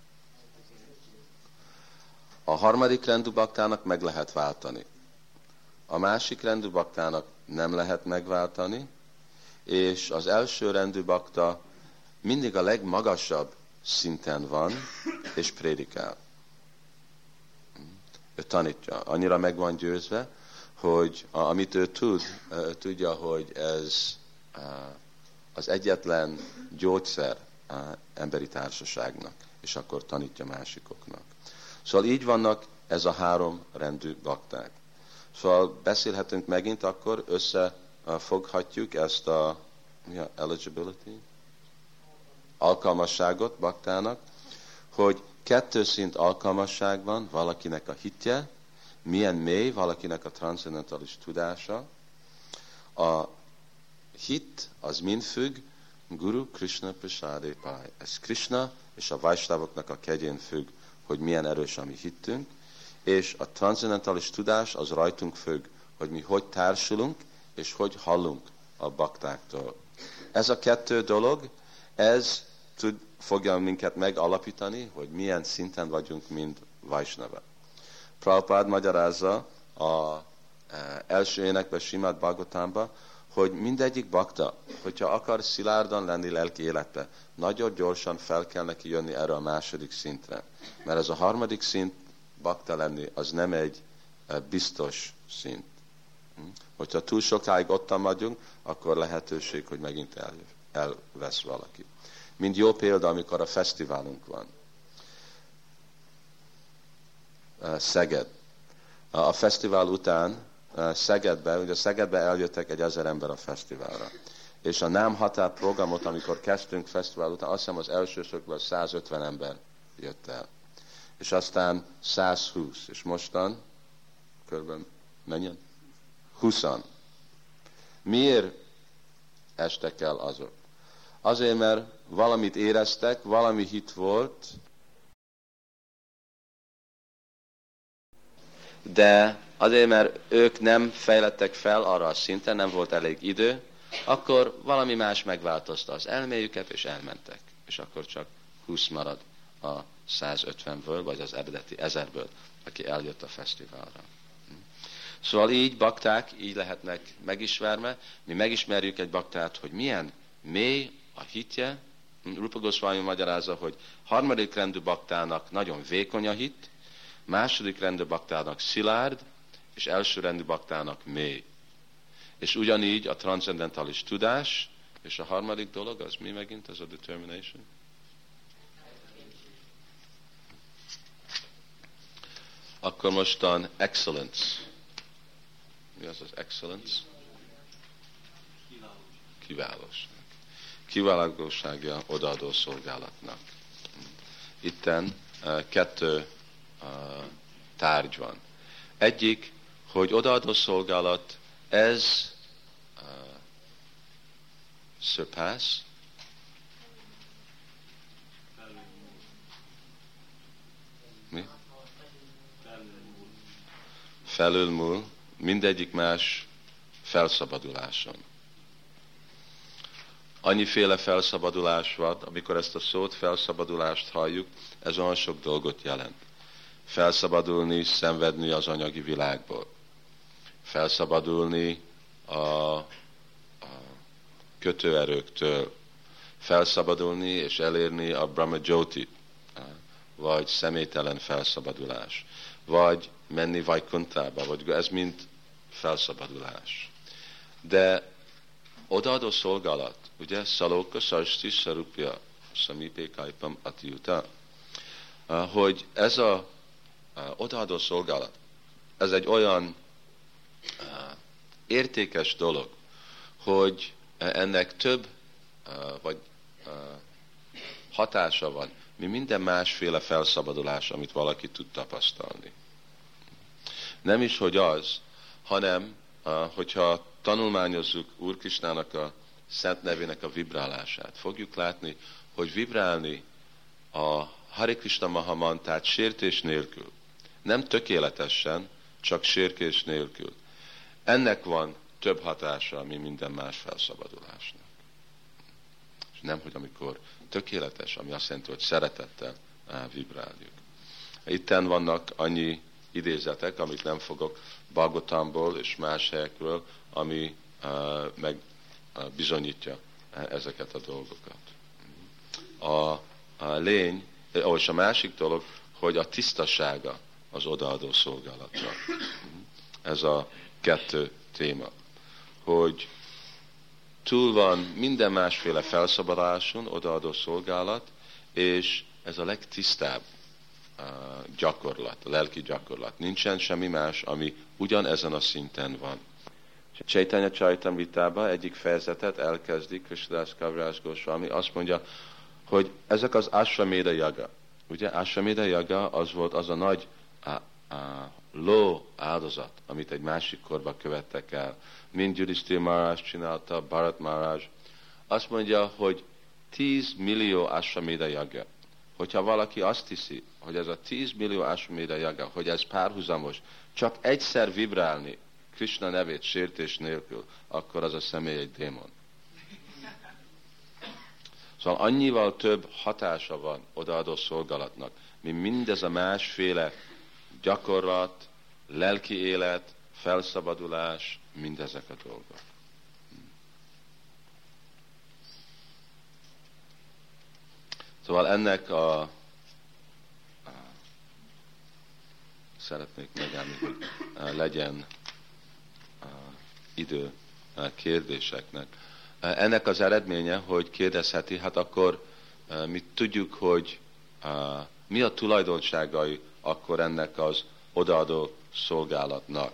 a harmadik rendű baktának meg lehet váltani. A másik rendű baktának nem lehet megváltani, és az első rendű bakta mindig a legmagasabb szinten van, és prédikál. Ő tanítja. Annyira meg van győzve, hogy amit ő tudja, hogy ez az egyetlen gyógyszer emberi társaságnak, és akkor tanítja másikoknak. Szóval így vannak ez a három rendű bakták. Szóval beszélhetünk megint, akkor összefoghatjuk ezt a eligibility, alkalmasságot baktának, hogy kettő szint alkalmasság van valakinek a hitje, milyen mély valakinek a transzcendentális tudása. A hit az mind függ Guru Krishna Prasade Pai. Ez Krishna és a Vaisnavoknak a kegyén függ, hogy milyen erős a mi hittünk, és a transzcendentális tudás az rajtunk függ, hogy mi hogy társulunk, és hogy hallunk a baktáktól. Ez a kettő dolog, ez fogja minket megalapítani, hogy milyen szinten vagyunk, mint Vaisnava. Prabhupád magyarázza az első énekben, Simad Bhagavatamban, hogy mindegyik bakta, hogyha akar szilárdan lenni lelki életbe, nagyon gyorsan fel kell neki jönni erre a második szintre. Mert ez a harmadik szint bakta lenni, az nem egy biztos szint. Hogyha túl sokáig ottan vagyunk, akkor lehetőség, hogy megint elvesz valaki. Mint jó példa, amikor a fesztiválunk van. Szeged. A fesztivál után ugye Szegedbe eljöttek 1000 ember a fesztiválra. És a Nem Határ programot, amikor kezdtünk fesztivál után, azt hiszem az elsősökből 150 ember jött el. És aztán 120, és mostan körülbelül menjen? 20-an. Miért estek el azok? Azért, mert valamit éreztek, valami hit volt, de azért, mert ők nem fejlettek fel arra a szinten, nem volt elég idő, akkor valami más megváltozta az elméjüket, és elmentek. És akkor csak 20 marad a 150-ből, vagy az eredeti 1000-ből, aki eljött a fesztiválra. Szóval így bakták, így lehetnek megismerve. Mi megismerjük egy baktát, hogy milyen mély a hitje. Rupa Goswami magyarázza, hogy harmadik rendű baktának nagyon vékony a hit, második rendű baktának szilárd, és első rendű baktának mély. És ugyanígy a transzcendentális tudás, és a harmadik dolog, az mi megint, az a determination? Akkor mostan excellence. Mi az az excellence? Kiválóság. Kiválóságja odaadó szolgálatnak. Itten kettő tárgy van. Egyik, hogy odaadó szolgálat, ez surpass, mi? Felülmúl mindegyik más felszabaduláson. Annyiféle felszabadulás van, amikor ezt a szót, felszabadulást halljuk, ez olyan sok dolgot jelent. Felszabadulni, szenvedni az anyagi világból. Felszabadulni a kötőerőktől. Felszabadulni és elérni a Brahma Jyoti, vagy személytelen felszabadulás. Vagy menni Vajkuntába, vagy ez mind felszabadulás. De odaadó szolgálat, ugye, szalóka, szarsti, szarupja, szamipé, kajpam, atiuta, hogy ez a odaadó szolgálat, ez egy olyan értékes dolog, hogy ennek több vagy hatása van, mint minden másféle felszabadulás, amit valaki tud tapasztalni. Nem is, hogy az, hanem, hogyha tanulmányozzuk Úr Krisnának a szent nevének a vibrálását, fogjuk látni, hogy vibrálni a Hare Krishna Mahamantát sértés nélkül, nem tökéletesen, csak sértés nélkül. Ennek van több hatása, mint minden más felszabadulásnak. És nem, hogy amikor tökéletes, ami azt jelenti, hogy szeretettel vibráljuk. Itten vannak annyi idézetek, amit nem fogok Bhagavatamból és más helyekről, ami meg bizonyítja ezeket a dolgokat. A lény, és a másik dolog, hogy a tisztasága az odaadó szolgálatnak. Ez a kettő téma. Hogy túl van minden másféle felszabaduláson odaadó szolgálat, és ez a legtisztább gyakorlat, a lelki gyakorlat. Nincsen semmi más, ami ugyanezen a szinten van. Chaitanya Charitamritában egyik fejezetet elkezdik Krishnadas Kaviraj Goswami, azt mondja, hogy ezek az Ashvamedha Yaga. Ugye Ashvamedha Yaga az volt az a nagy ló áldozat, amit egy másik korba követtek el, mint Yudhishthira Maharaj csinálta, Bharat Maharaj, azt mondja, hogy 10 millió Ashwamedha yagya. Hogyha valaki azt hiszi, hogy ez a 10 millió Ashwamedha yagya, hogy ez párhuzamos, csak egyszer vibrálni Krishna nevét sértés nélkül, akkor az a személy egy démon. Szóval annyival több hatása van odaadó szolgálatnak, mint mindez a másféle gyakorlat, lelki élet, felszabadulás, mindezek a dolgok. Szóval ennek szeretnék megállni, hogy legyen idő kérdéseknek. Ennek az eredménye, hogy kérdezheti, hát akkor mi tudjuk, hogy mi a tulajdonságai akkor ennek az odaadó szolgálatnak.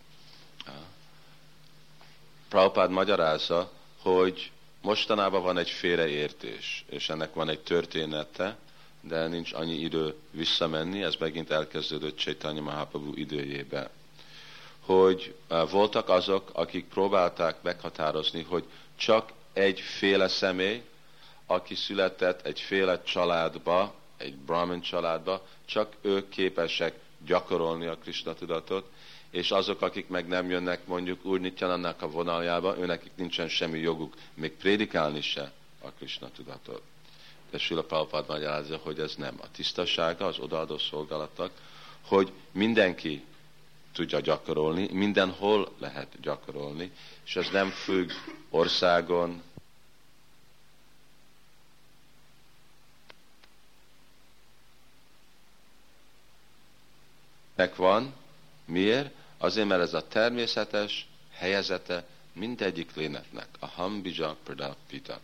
Prabhupád magyarázza, hogy mostanában van egy félreértés, és ennek van egy története, de nincs annyi idő visszamenni, ez megint elkezdődött Chaitanya Mahaprabhu időjében. Hogy voltak azok, akik próbálták meghatározni, hogy csak egyféle személy, aki született egyféle családba, egy Brahmin családba, csak ők képesek gyakorolni a Krishna tudatot, és azok, akik meg nem jönnek mondjuk Úr Nityanannak a vonaljába, őnekik nincsen semmi joguk még prédikálni se a Krishna tudatot. De Srila Prabhupád magyarázza, hogy ez nem. A tisztasága az odaadó szolgálatnak, hogy mindenki tudja gyakorolni, mindenhol lehet gyakorolni, és ez nem függ országon, van. Miért? Azért, mert ez a természetes helyzete mindegyik lényeknek. A hambija pradapita.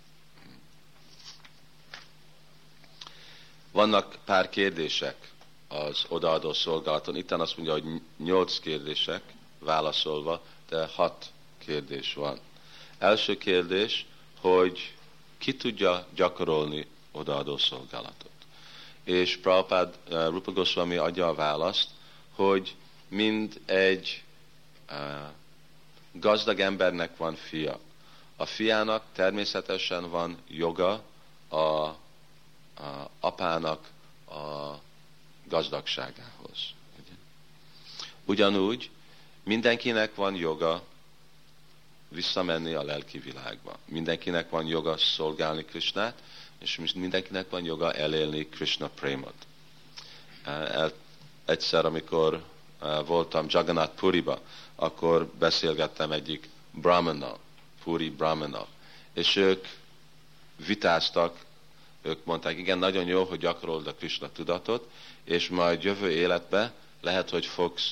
Vannak pár kérdések az odaadó szolgálaton. Itten azt mondja, hogy 8 kérdések válaszolva, de 6 kérdés van. Első kérdés, hogy ki tudja gyakorolni odaadó szolgálatot. És Prabhupád Rupa Goswami adja a választ, hogy mind egy gazdag embernek van fia. A fiának természetesen van joga a apának a gazdagságához. Ugyanúgy mindenkinek van joga visszamenni a lelki világba. Mindenkinek van joga szolgálni Krishnát, és mindenkinek van joga elélni Krishna prémot. Egyszer, amikor voltam Jagannath Puriba, akkor beszélgettem egyik brahmannal, Puri brahmannal, és ők vitáztak, ők mondták, igen, nagyon jó, hogy gyakorolod a Krishna tudatot, és majd jövő életben lehet, hogy fogsz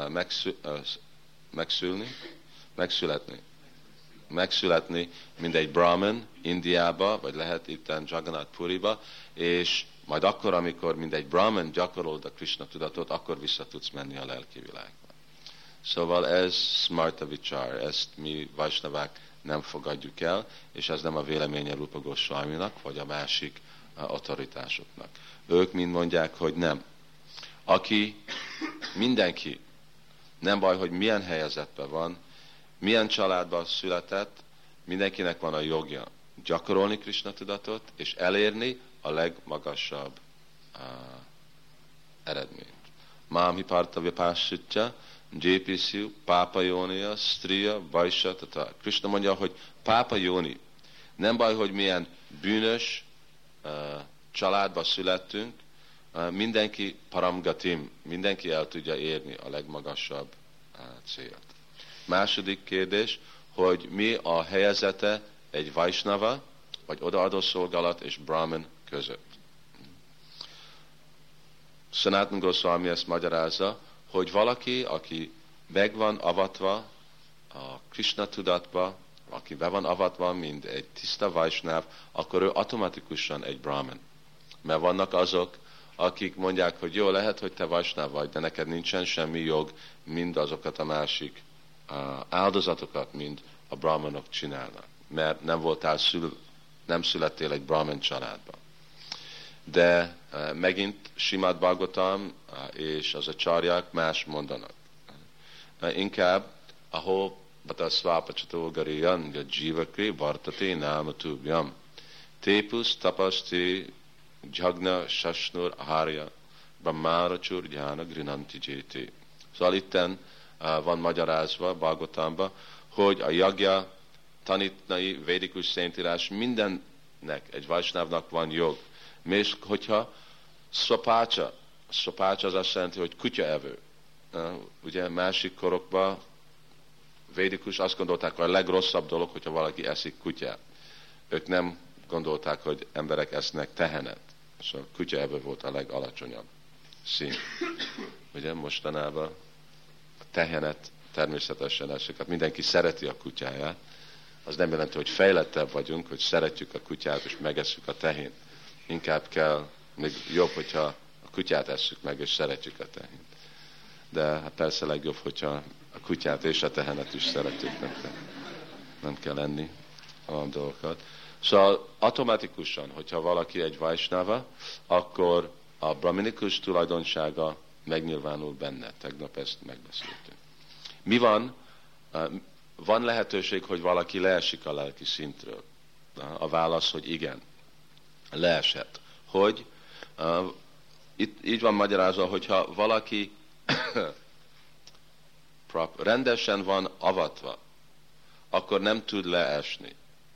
megszületni, mint egy brahman Indiába, vagy lehet itten Jagannath Puriba, és majd akkor, amikor mint egy brahman gyakorolod a Krishna tudatot, akkor vissza tudsz menni a lelki világba. Szóval ez smarta vichar, ezt mi Vaisnavák nem fogadjuk el, és ez nem a véleménye Rupa Goswaminak, vagy a másik autoritásoknak. Ők mind mondják, hogy nem. Mindenki, nem baj, hogy milyen helyzetben van, milyen családban született, mindenkinek van a jogja gyakorolni Krishna tudatot, és elérni a legmagasabb eredményt. Mám hiparta vipássitja, JPC, Pápa Jónia, Striya, Vaisya, tata. Krishna mondja, hogy Pápa Jóni. Nem baj, hogy milyen bűnös családba születtünk, mindenki paramgatim, mindenki el tudja érni a legmagasabb célt. Második kérdés, hogy mi a helyzete egy Vaisnava, vagy odaadó szolgálat és Brahman között. Sanatana Goswami ezt magyarázza, hogy valaki, aki meg van avatva a Krishna tudatba, aki be van avatva, mint egy tiszta Vaisnav, akkor ő automatikusan egy Brahman. Mert vannak azok, akik mondják, hogy jó, lehet, hogy te Vaisnav vagy, de neked nincsen semmi jog, mind azokat a másik áldozatokat, mint a Brahmanok csinálnak. Mert nem születtél egy Brahman családba. de megint Simad Bhagavatam és az acsaryák más mondanak. Inkább, ahol bata svapacsato gariyan jivakri vartate námatubjam tépus tapaszti jagna sasnur aharya brahmárachur jnana grinanti jéti. Szóval itten van magyarázva Bhagavatamba, hogy a jagya, tanítnai, védikus szentírás mindennek, egy vajsnávnak van jog. És hogyha szapácsa az azt jelenti, hogy kutyaevő. Ugye másik korokban védikus azt gondolták, hogy a legrosszabb dolog, hogyha valaki eszik kutyát. Ők nem gondolták, hogy emberek esznek tehenet. Szóval kutyaevő volt a legalacsonyabb szín. Ugye mostanában a tehenet természetesen esik. Hát mindenki szereti a kutyáját. Az nem jelenti, hogy fejlettebb vagyunk, hogy szeretjük a kutyát és megesszük a tehént. Inkább kell, még jobb, hogyha a kutyát esszük meg és szeretjük a tehént. De hát persze legjobb, hogyha a kutyát és a tehenet is szeretjük, nem kell enni a dolgokat. Szóval automatikusan, hogyha valaki egy vajsnava, akkor a brahminikus tulajdonsága megnyilvánul benne. Tegnap ezt megbeszéltünk. Mi van? Van lehetőség, hogy valaki leesik a lelki szintről. A válasz, hogy igen. Leesett. Hogy? Itt így van magyarázva, hogyha valaki rendesen van avatva, akkor nem tud leesni.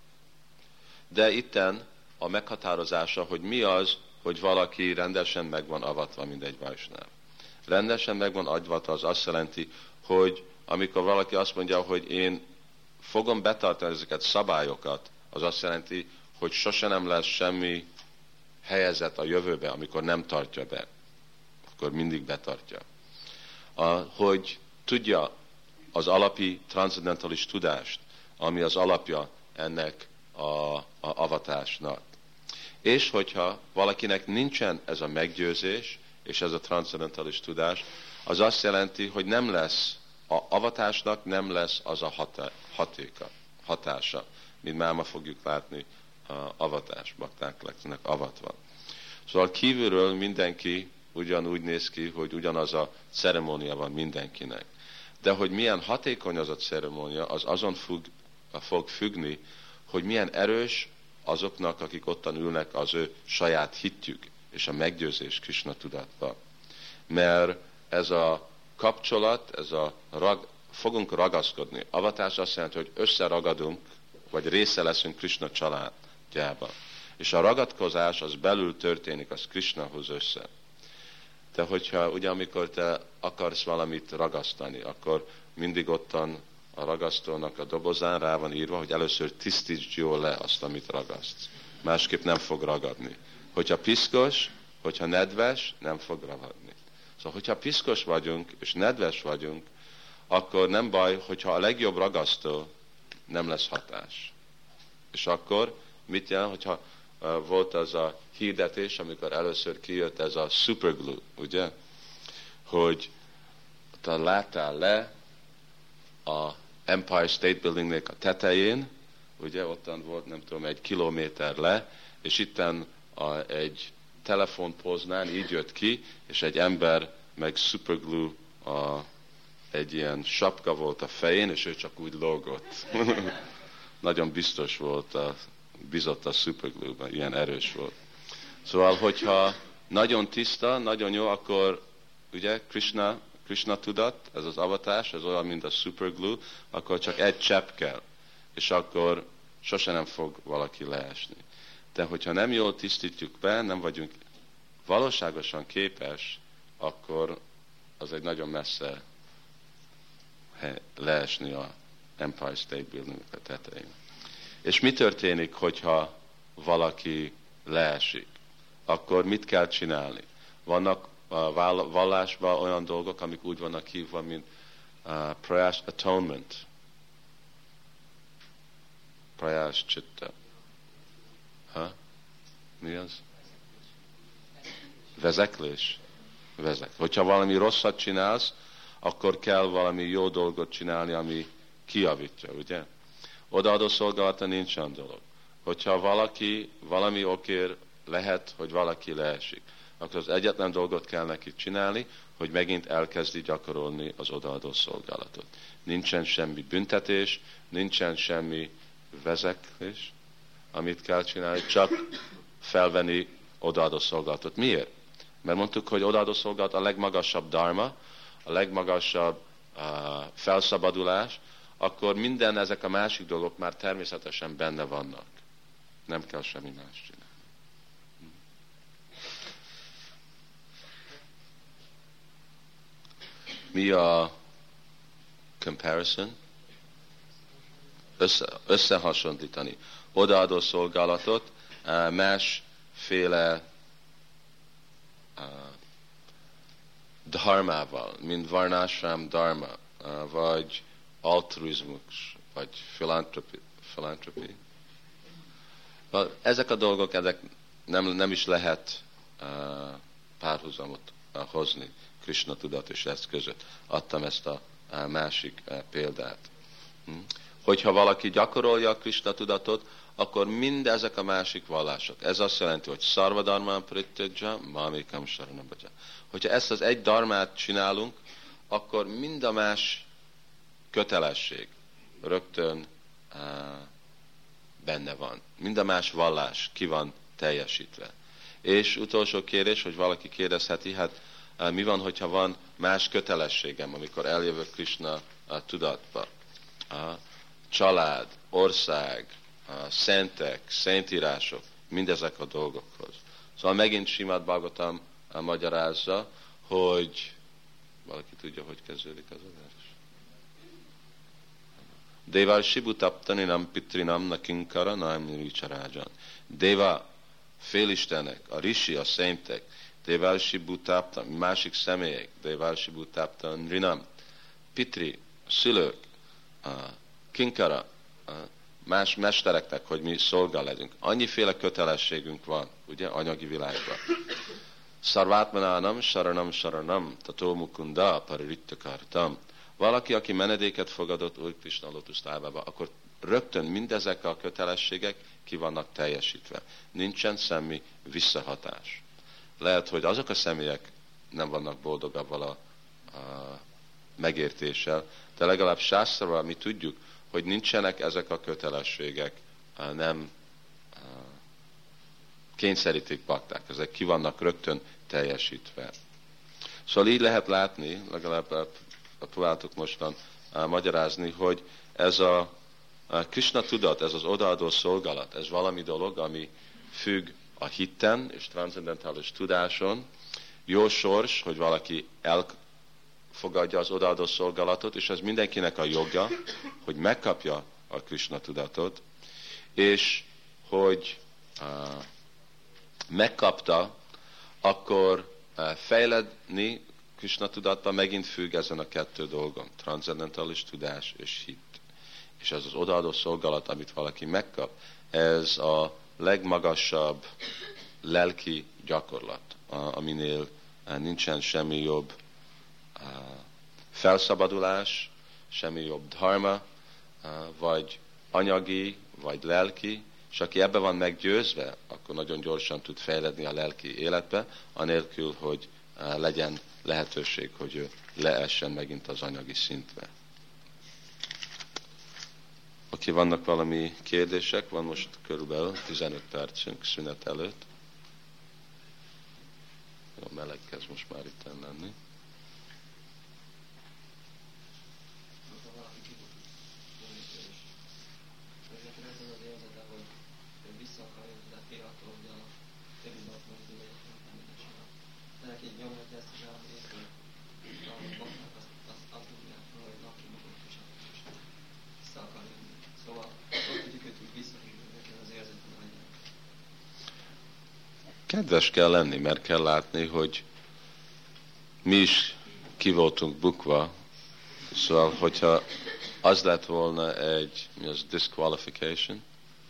De itten a meghatározása, hogy mi az, hogy valaki rendesen meg van avatva, mint egy vajsnáv. Rendesen meg van avatva, az azt jelenti, hogy amikor valaki azt mondja, hogy én fogom betartani ezeket szabályokat, az azt jelenti, hogy sose nem lesz semmi helyzet a jövőbe, amikor nem tartja be. Akkor mindig betartja. Hogy tudja az alapi transzendentális tudást, ami az alapja ennek a avatásnak. És hogyha valakinek nincsen ez a meggyőzés, és ez a transzendentális tudás, az azt jelenti, hogy nem lesz, a avatásnak nem lesz az a hatása, mint már ma fogjuk látni a avatás, bakták lesznek avatva. Szóval kívülről mindenki ugyanúgy néz ki, hogy ugyanaz a ceremónia van mindenkinek. De hogy milyen hatékony az a ceremónia, az azon fog függni, hogy milyen erős azoknak, akik ottan ülnek, az ő saját hitjük és a meggyőzés Krishna tudatba. Mert ez a kapcsolat, fogunk ragaszkodni. Avatás azt jelenti, hogy összeragadunk, vagy része leszünk Krishna családjába. És a ragadkozás az belül történik, az Krishnahoz össze. De hogyha ugye amikor te akarsz valamit ragasztani, akkor mindig ottan a ragasztónak a dobozán rá van írva, hogy először tisztítsd jól le azt, amit ragasztsz. Másképp nem fog ragadni. Hogyha piszkos, hogyha nedves, nem fog ragadni. Szóval, hogyha piszkos vagyunk, és nedves vagyunk, akkor nem baj, hogyha a legjobb ragasztó nem lesz hatás. És akkor mit jelent, hogyha volt az a hirdetés, amikor először kijött ez a superglue, ugye? Hogy te láttál le a Empire State Buildingnek a tetején, ugye ottan volt, nem tudom, 1 kilométer le, és itten egy telefonpoznán így jött ki, és egy ember meg superglue egy ilyen sapka volt a fején, és ő csak úgy lógott. Nagyon biztos volt, bizott a superglue-ban, ilyen erős volt. Szóval, hogyha nagyon tiszta, nagyon jó, akkor ugye Krishna tudat, ez az avatás, ez olyan, mint a superglue, akkor csak egy csepp kell, és akkor sose nem fog valaki leesni. De hogyha nem jól tisztítjuk be, nem vagyunk valóságosan képes, akkor az egy nagyon messze leesni a Empire State Building a tetején. És mi történik, hogyha valaki leesik? Akkor mit kell csinálni? Vannak a vallásban olyan dolgok, amik úgy vannak hívva, mint prayash atonement. Prayash chitta. Mi az? Vezeklés. Hogyha valami rosszat csinálsz, akkor kell valami jó dolgot csinálni, ami kijavítja, ugye? Odaadó szolgálata nincs olyan dolog. Hogyha valaki valami okért lehet, hogy valaki leesik, akkor az egyetlen dolgot kell neki csinálni, hogy megint elkezdi gyakorolni az odaadó szolgálatot. Nincsen semmi büntetés, nincsen semmi vezeklés, amit kell csinálni, csak felvenni odaadó szolgálatot. Miért? Mert mondtuk, hogy odaadó szolgálat a legmagasabb dharma, a legmagasabb felszabadulás, akkor minden ezek a másik dolgok már természetesen benne vannak. Nem kell semmi más csinálni. Mi a comparison? Összehasonlítani. Odaadó szolgálatot másféle dharmával, mint varnásrám dharma, vagy altruizmus, vagy philanthropy. Ezek a dolgok, ezek nem is lehet párhuzamot hozni Krishna tudat és ez között. Adtam ezt a másik példát. Hogyha valaki gyakorolja a Krishna tudatot, akkor mindezek a másik vallások. Ez azt jelenti, hogy szarva dharmán prityaja, mamikam saranabhaja. Hogyha ezt az egy dharmát csinálunk, akkor mind a más kötelesség rögtön benne van. Mind a más vallás ki van teljesítve. És utolsó kérdés, hogy valaki kérdezheti, hát mi van, hogyha van más kötelességem, amikor eljövök Krishna tudatba? Család, ország, szentek, szentírások, mindezek a dolgokhoz. Szóval megint Simad Bhagavatam magyarázza, hogy valaki tudja, hogy kezdődik az a vers. Deva Shibutaptaninam Pitrinam Nakinkara Naim Richarajan. Deva, félistenek, a rishi, a szentek, Deva Shibutaptan, másik személyek, Deva Shibutaptan Rinam, Pitri, szülők, Kinkara, más mestereknek, hogy mi szolgál legyünk. Annyiféle kötelességünk van, ugye, anyagi világban. Sarvátmanánam, saranam, tató mukunda, parirityakartam. Valaki, aki menedéket fogadott Úr Krishna lotuszlábába, akkor rögtön mindezek a kötelességek ki vannak teljesítve. Nincsen semmi visszahatás. Lehet, hogy azok a személyek nem vannak boldogabb a megértéssel, de legalább sásztrával mi tudjuk, hogy nincsenek ezek a kötelességek, nem kényszerítik bakták, ezek ki vannak rögtön teljesítve. Szóval így lehet látni, legalább próbáltuk mostan magyarázni, hogy ez a Krishna tudat, ez az odaadó szolgálat, ez valami dolog, ami függ a hitten és transzendentális tudáson. Jó sors, hogy valaki elfogadja az odaadó szolgálatot, és ez mindenkinek a joga, hogy megkapja a Krishna tudatot, és hogy megkapta, akkor fejledni Krishna tudatban megint függ ezen a kettő dolgon, transzendentális tudás és hit. És ez az odaadó szolgálat, amit valaki megkap, ez a legmagasabb lelki gyakorlat, aminél nincsen semmi jobb felszabadulás, semmi jobb dharma, vagy anyagi, vagy lelki, és aki ebbe van meggyőzve, akkor nagyon gyorsan tud fejledni a lelki életbe, anélkül, hogy legyen lehetőség, hogy ő leessen megint az anyagi szintre. Oké, vannak valami kérdések? Van most körülbelül 15 percünk szünet előtt. Jó, meleg kezd most már itt lenni. Kedves kell lenni, mert kell látni, hogy mi is ki voltunk bukva. Szóval, hogyha az lett volna egy disqualification,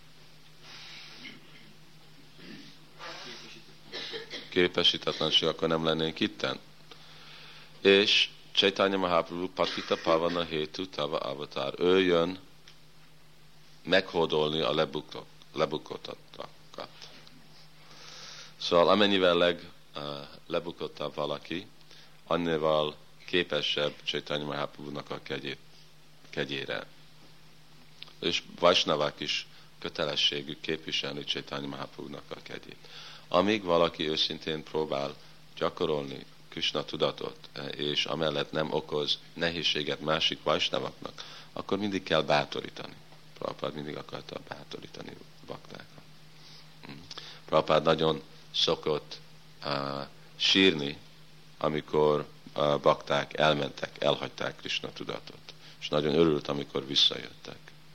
képesítetlenség, akkor nem lennénk itten. És Chaitanya Mahaprabhu Patita Pavana Hetu Tava Avatar. Ő jön meghódolni a lebukkottakat. Szóval amennyivel lebukottabb valaki, annyival képesebb Chaitanya Mahaprabhunak a kegyére. És Vaisnavák is kötelességük képviselni Chaitanya Mahaprabhunak a kegyét. Amíg valaki őszintén próbál gyakorolni Krishna tudatot, és amellett nem okoz nehézséget másik Vaisnavaknak, akkor mindig kell bátorítani. Prabhupád mindig akarta bátorítani baktákat. Prabhupád nagyon szokott sírni, amikor a bakták elmentek, elhagyták Krishna tudatot. És nagyon örült, amikor visszajöttek.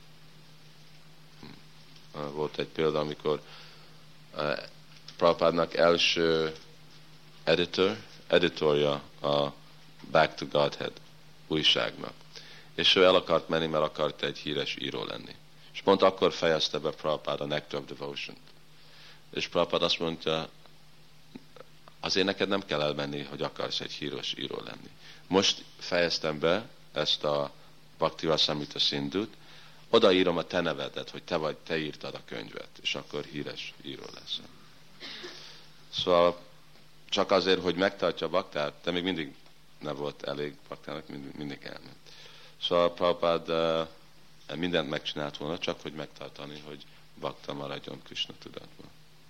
Volt egy példa, amikor Prabhupádnak első editorja a Back to Godhead újságnak. És ő el akart menni, mert akart egy híres író lenni. És pont akkor fejezte be Prabhupád a Nectar of Devotion-t. És Prabhupád azt mondta, azért neked nem kell elmenni, hogy akarsz egy híres író lenni. Most fejeztem be ezt a Bhakti Rasamrita Sindhut, odaírom a te nevedet, hogy te írtad a könyvet, és akkor híres író leszel. Szóval csak azért, hogy megtartja a baktát, de még mindig nem volt elég baktának, mindig elment. Szóval Prabhupád mindent megcsinált volna, csak hogy megtartani, hogy bakta maradjon Krishna tudatban.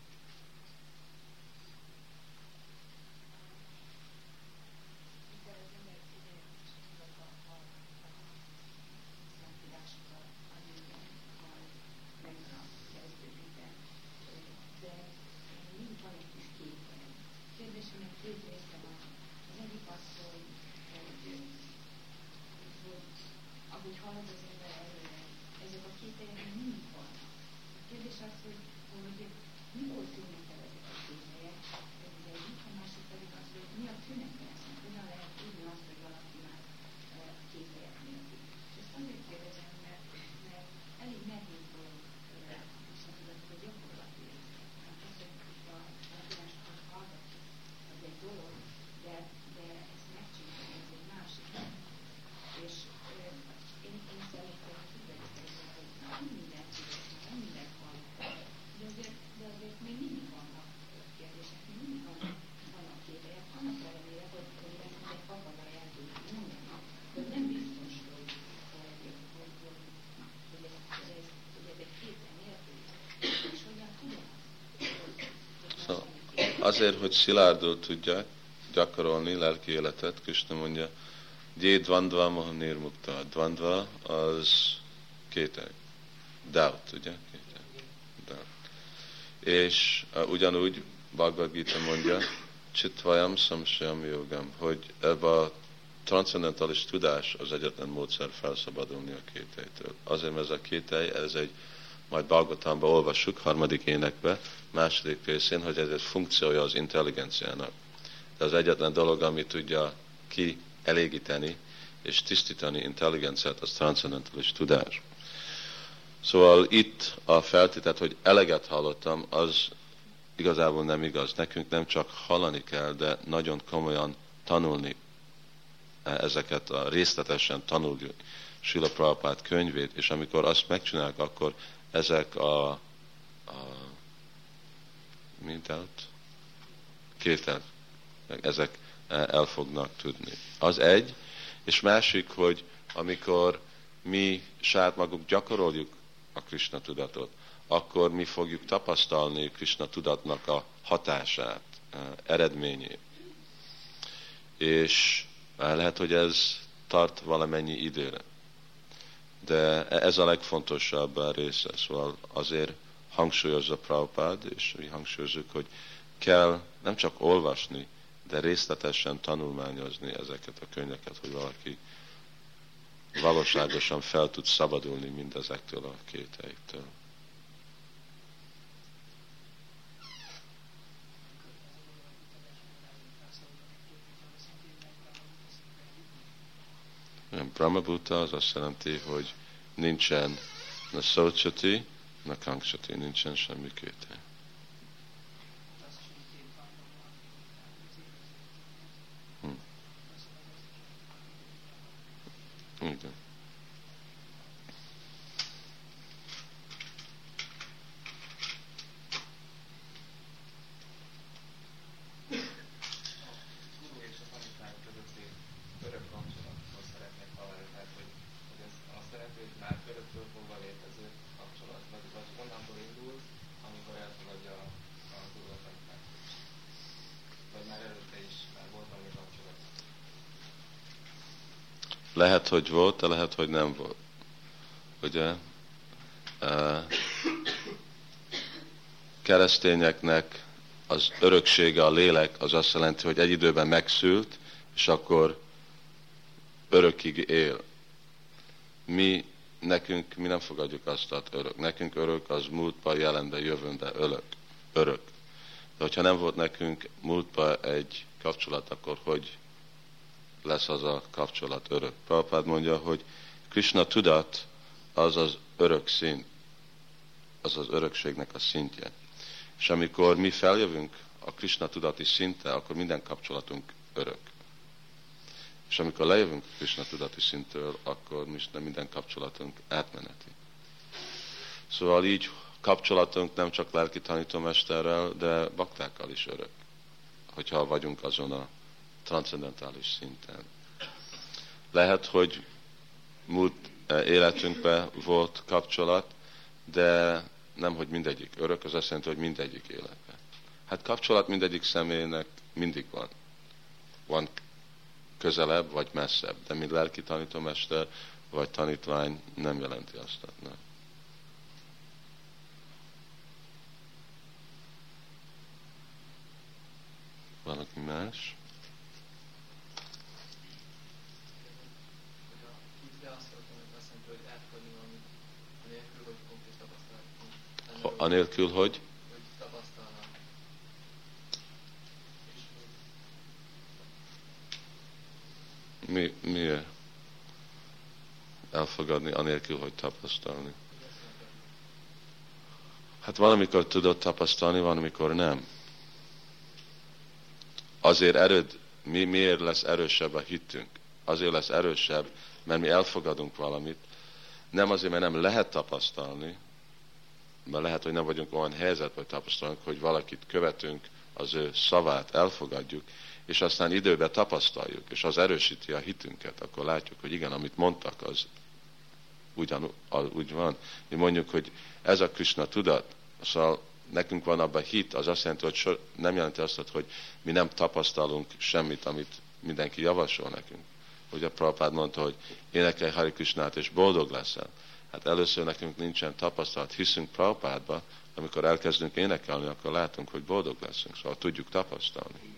Azért, hogy szilárdul tudják gyakorolni lelki életet, Krishna mondja, Jé dvandva moha nirmukta. Dvandva az kételj. Doubt, ugye? Kételj. Doubt. És ugyanúgy Bhagavad Gita mondja, Chitvayam samsayam yogam, hogy ebbe a transzendentális tudás az egyetlen módszer felszabadulni a kételytől. Azért, mert ez a kételj, ez egy, majd Bhagavatamban olvassuk, 3. énekbe, 2. részén, hogy ez egy funkciója az intelligenciának. De az egyetlen dolog, ami tudja kielégíteni és tisztítani intelligenciát, az transzendentális tudás. Szóval itt a feltétel, hogy eleget hallottam, az igazából nem igaz. Nekünk nem csak hallani kell, de nagyon komolyan tanulni ezeket, részletesen tanuljuk Srila Prabhupád könyvét, és amikor azt megcsinálják, akkor ezek a kétel, ezek el fognak tudni. Az egy, és másik, hogy amikor mi saját maguk gyakoroljuk a Krishna tudatot, akkor mi fogjuk tapasztalni Krishna tudatnak a hatását, eredményét. És lehet, hogy ez tart valamennyi időre. De ez a legfontosabb része. Szóval azért hangsúlyozza Prabhupád, és mi hangsúlyozunk, hogy kell nem csak olvasni, de részletesen tanulmányozni ezeket a könyveket, hogy valaki valóságosan fel tud szabadulni mindezektől a kételjektől. Brahmabhuta az azt jelenti, hogy nincsen na szócsati, na kangsati, nincsen semmi kétel. Igen. Lehet, hogy volt, de lehet, hogy nem volt. Ugye? Keresztényeknek az öröksége, a lélek, az azt jelenti, hogy egy időben megszült, és akkor örökig él. Mi nem fogadjuk azt, hogy örök. Nekünk örök az múltban, jelenben, jövőben örök. De hogyha nem volt nekünk múltban egy kapcsolat, akkor hogy lesz az a kapcsolat örök? Prabhupád mondja, hogy Krishna tudat az az örök szint, az az örökségnek a szintje. És amikor mi feljövünk a Krishna tudati szintre, akkor minden kapcsolatunk örök. És amikor lejövünk a Krishna tudati szintről, akkor minden kapcsolatunk átmeneti. Szóval így kapcsolatunk nem csak lelki tanítómesterrel, de baktákkal is örök, hogyha vagyunk azon a transzendentális szinten. Lehet, hogy múlt életünkben volt kapcsolat, de nem, hogy mindegyik örök, az azt jelenti, hogy mindegyik életben. Hát kapcsolat mindegyik személynek mindig van. Van közelebb vagy messzebb, de mint lelki tanítómester vagy tanítvány nem jelenti azt. Nem. Valaki más? Anélkül, hogy? Miért elfogadni, anélkül, hogy tapasztalni? Hát valamikor tudod tapasztalni, valamikor nem. Azért miért lesz erősebb a hitünk? Azért lesz erősebb, mert mi elfogadunk valamit. Nem azért, mert nem lehet tapasztalni, mert lehet, hogy nem vagyunk olyan helyzetben, hogy tapasztalunk, hogy valakit követünk, az ő szavát elfogadjuk, és aztán időben tapasztaljuk, és az erősíti a hitünket, akkor látjuk, hogy igen, amit mondtak, az úgy van. Mi mondjuk, hogy ez a Krishna tudat, szóval nekünk van abban hit, az azt jelenti, hogy nem jelenti azt, hogy mi nem tapasztalunk semmit, amit mindenki javasol nekünk. Ugye Prabhupád mondta, hogy énekelj Hari Krishnát, és boldog leszel. Hát először nekünk nincsen tapasztalat, hiszünk Prabhupádba, amikor elkezdünk énekelni, akkor látunk, hogy boldog leszünk, szóval tudjuk tapasztalni.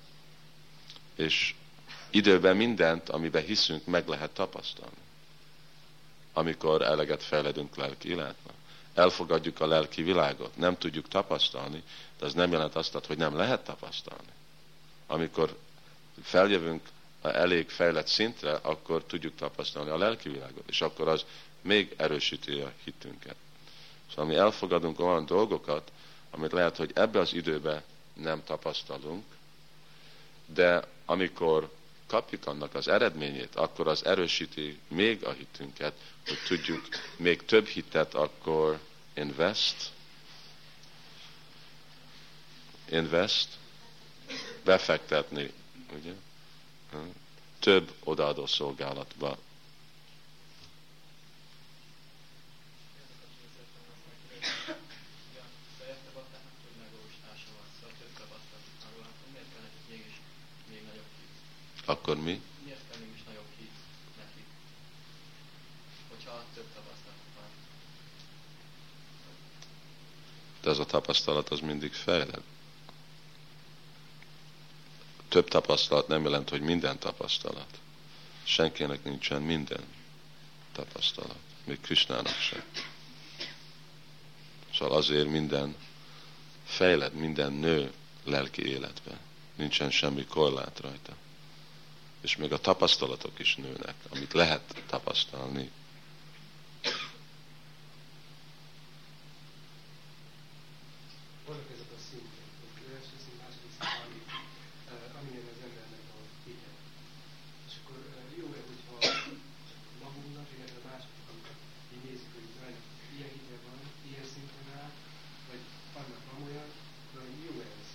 És időben mindent, amiben hiszünk, meg lehet tapasztalni. Amikor eleget fejledünk lelki életben. Elfogadjuk a lelki világot, nem tudjuk tapasztalni, de az nem jelent azt, hogy nem lehet tapasztalni. Amikor feljövünk a elég fejlett szintre, akkor tudjuk tapasztalni a lelki világot, és akkor az még erősíti a hitünket. Szóval mi elfogadunk olyan dolgokat, amit lehet, hogy ebbe az időben nem tapasztalunk, de amikor kapjuk annak az eredményét, akkor az erősíti még a hitünket, hogy tudjuk még több hitet akkor befektetni, ugye? Több odaadó szolgálatba. Akkor mi? Miért kell mégis nagyobb hit nekik, hogyha több tapasztalat van? De az a tapasztalat az mindig fejled. Több tapasztalat nem jelent, hogy minden tapasztalat. Senkinek nincsen minden tapasztalat. Még Krishnának sem. Szóval azért minden fejled, minden nő lelki életben. Nincsen semmi korlát rajta. És még a tapasztalatok is nőnek, amit lehet tapasztalni. Vannak ezek a szintek, az első szint, második szint, amilyen az embernek a hite. És akkor jó-e, hogyha magunknak, illetve másoknak így nézzük, hogy ilyen hite van, ilyen szinten áll, vagy annak van olyan, jó-e ez?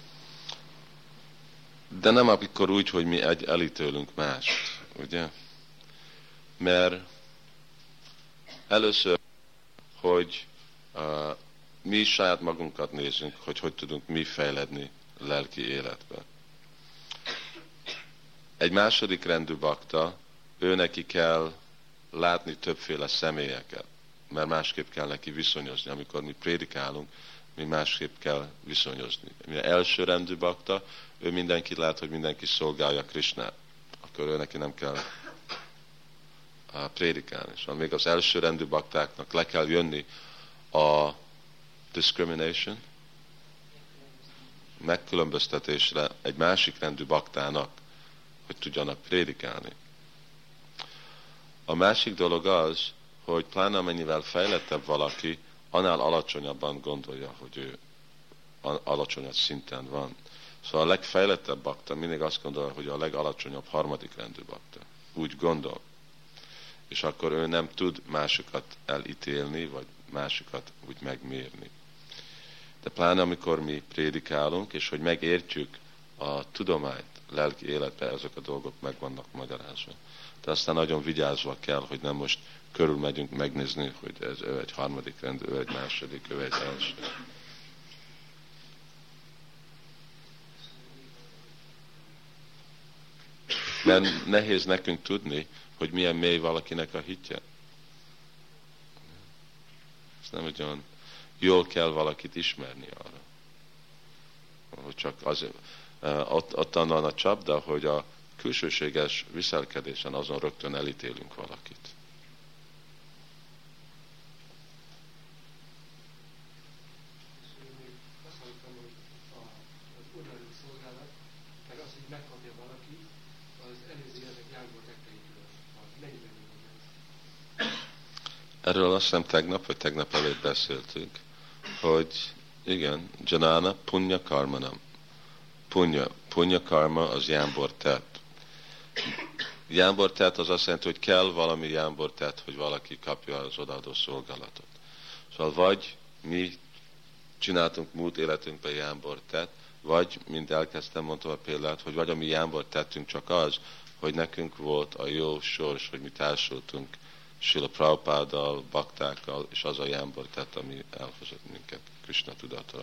De nem akkor úgy, hogy mi elítélünk mást, ugye? Mert először, hogy mi saját magunkat nézzünk, hogy tudunk mi fejledni lelki életben. Egy második rendű bakta ő neki kell látni többféle személyeket, mert másképp kell neki viszonyozni. Amikor mi prédikálunk, mi másképp kell viszonyozni. Mivel elsőrendű bakta, ő mindenkit lát, hogy mindenki szolgálja Krisnát. Akkor ő neki nem kell prédikálni. Szóval még az elsőrendű baktáknak le kell jönni a discrimination, megkülönböztetésre egy másik rendű baktának, hogy tudjanak prédikálni. A másik dolog az, hogy pláne amennyivel fejlettebb valaki, annál alacsonyabban gondolja, hogy ő alacsonyabb szinten van. Szóval a legfejlettebb bakta mindig azt gondolja, hogy a legalacsonyabb harmadik rendű bakta. Úgy gondol. És akkor ő nem tud másokat elítélni, vagy másokat úgy megmérni. De pláne amikor mi prédikálunk, és hogy megértjük a tudományt, lelki életbe, ezek a dolgok meg vannak magyarázva. De aztán nagyon vigyázva kell, hogy nem most körülmegyünk megnézni, hogy ez ő egy harmadik rendű, ő egy második, ő egy első. Mert nehéz nekünk tudni, hogy milyen mély valakinek a hitje. Ez nem olyan jól kell valakit ismerni arra. Hogy csak azért, ott van a csapda, hogy a külsőséges viselkedésen azon rögtön elítélünk valakit. Azt mondtam, hogy az odaadó szolgálat, meg az, hogy megkapja valaki, az előző ezek jágból tetteitől. Mennyiben mondja ezt? Erről azt hiszem tegnap, vagy tegnap előtt beszéltünk, hogy igen, Janana punya karmanam. Punya karma az jámbor tett. Jámbor tett az azt jelenti, hogy kell valami jámbor tett, hogy valaki kapja az odaadó szolgálatot. Szóval vagy mi csináltunk múlt életünkben jámbor tett, vagy, mint elkezdtem, mondtam a példát, hogy vagy a mi jámbor tettünk csak az, hogy nekünk volt a jó sors, hogy mi társultunk Srila Prabhupáddal, baktákkal, és az a jámbor tett, ami elhozott minket Krishna tudatra.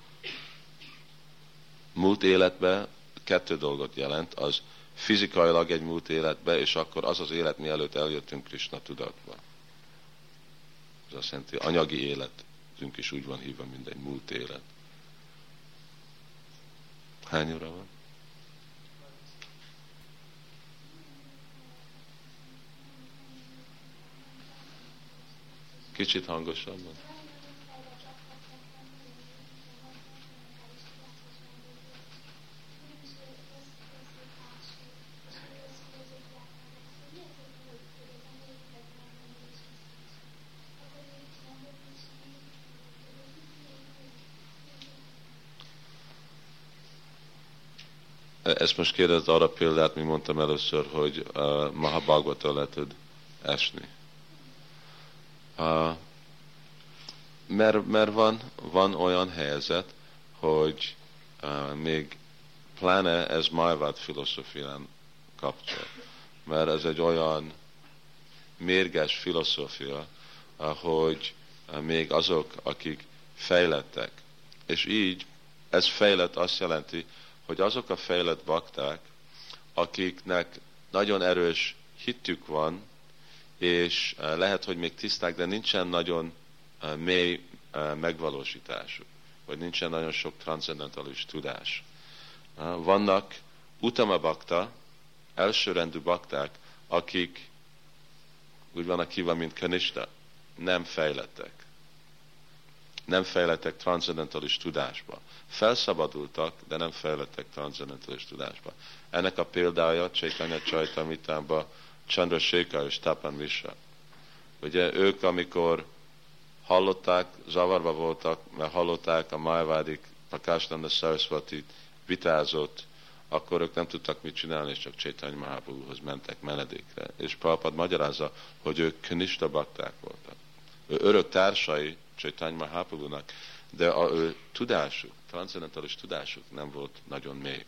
Múlt életben kettő dolgot jelent, az fizikailag egy múlt életbe, és akkor az az élet, mielőtt eljöttünk Krishna tudatba. Ez azt jelenti, anyagi életünk is úgy van hívva, mint egy múlt élet. Hány óra van? Kicsit hangosabban. Ezt most kérdezd arra példát, mi mondtam először, hogy Mahabhagavata le tud esni. Mert van olyan helyzet, hogy még pláne ez Mayavad filozófián kapcsol. Mert ez egy olyan mérges filozófia, hogy még azok, akik fejlettek, és így ez fejlett azt jelenti, hogy azok a fejlett bakták, akiknek nagyon erős hittük van, és lehet, hogy még tiszták, de nincsen nagyon mély megvalósításuk, vagy nincsen nagyon sok transzendentális tudás. Vannak utama bakta, elsőrendű bakták, akik úgy vannak hívva, mint kanista, nem fejlettek. Nem fejlettek transzendentális tudásba. Felszabadultak, de nem fejlettek transzendentális tudásba. Ennek a példája Chaitanya Charitamritában Chandrasekhar és Tapan Mishra. Ugye ők, amikor hallották, zavarba voltak, mert hallották a Mayavádik, Prakashananda Saraswati vitázott, akkor ők nem tudtak mit csinálni, és csak Chaitanya Mahaprabhuhoz mentek menedékre. És Prabhupada magyarázza, hogy ők kanista bakták voltak. Ő örök társai Chaitanya Mahaprabhunak, de a ő tudásuk, transzendentális tudásuk nem volt nagyon mély.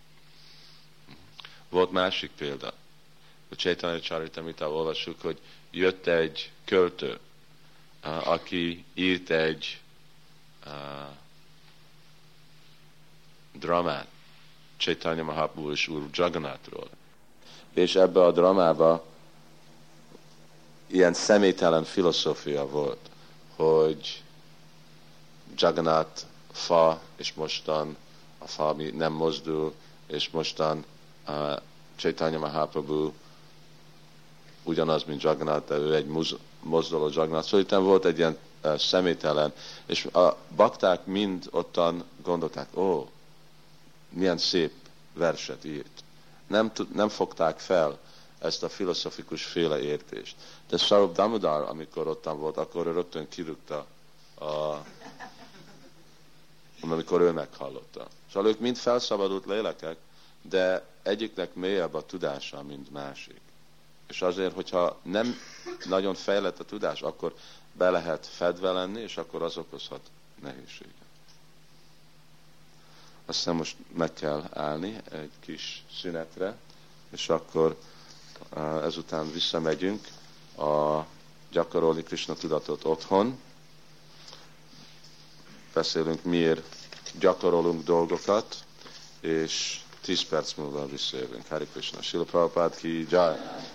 Volt másik példa. A Chaitanya Charitamritában olvassuk, hogy jött egy költő, aki írt egy dramát Chaitanya Mahaprabhu és Úr Jagannathról. És ebbe a dramába ilyen személytelen filozófia volt, hogy Jagannath fa, és mostan a fa ami nem mozdul, és mostan Chaitanya Mahaprabhu ugyanaz, mint Jagannath, de ő egy mozduló Jagannath. Szóval itt volt egy ilyen személytelen, és a bakták mind ottan gondolták, milyen szép verset írt. Nem fogták fel ezt a filozofikus féle értést. De Sarup Damodar, amikor ottan volt, akkor ő rögtön kirúgta, amikor ő meghallotta. Szóval ők mind felszabadult lélekek, de egyiknek mélyebb a tudása, mint másik. És azért, hogyha nem nagyon fejlett a tudás, akkor be lehet fedve lenni, és akkor az okozhat nehézséget. Aztán most meg kell állni egy kis szünetre, és akkor ezután visszamegyünk gyakorolni Krishna tudatot otthon. Beszélünk, miért gyakorolunk dolgokat, és 10 perc múlva visszajövünk. Hare Krishna. Srila Prabhupada ki jai.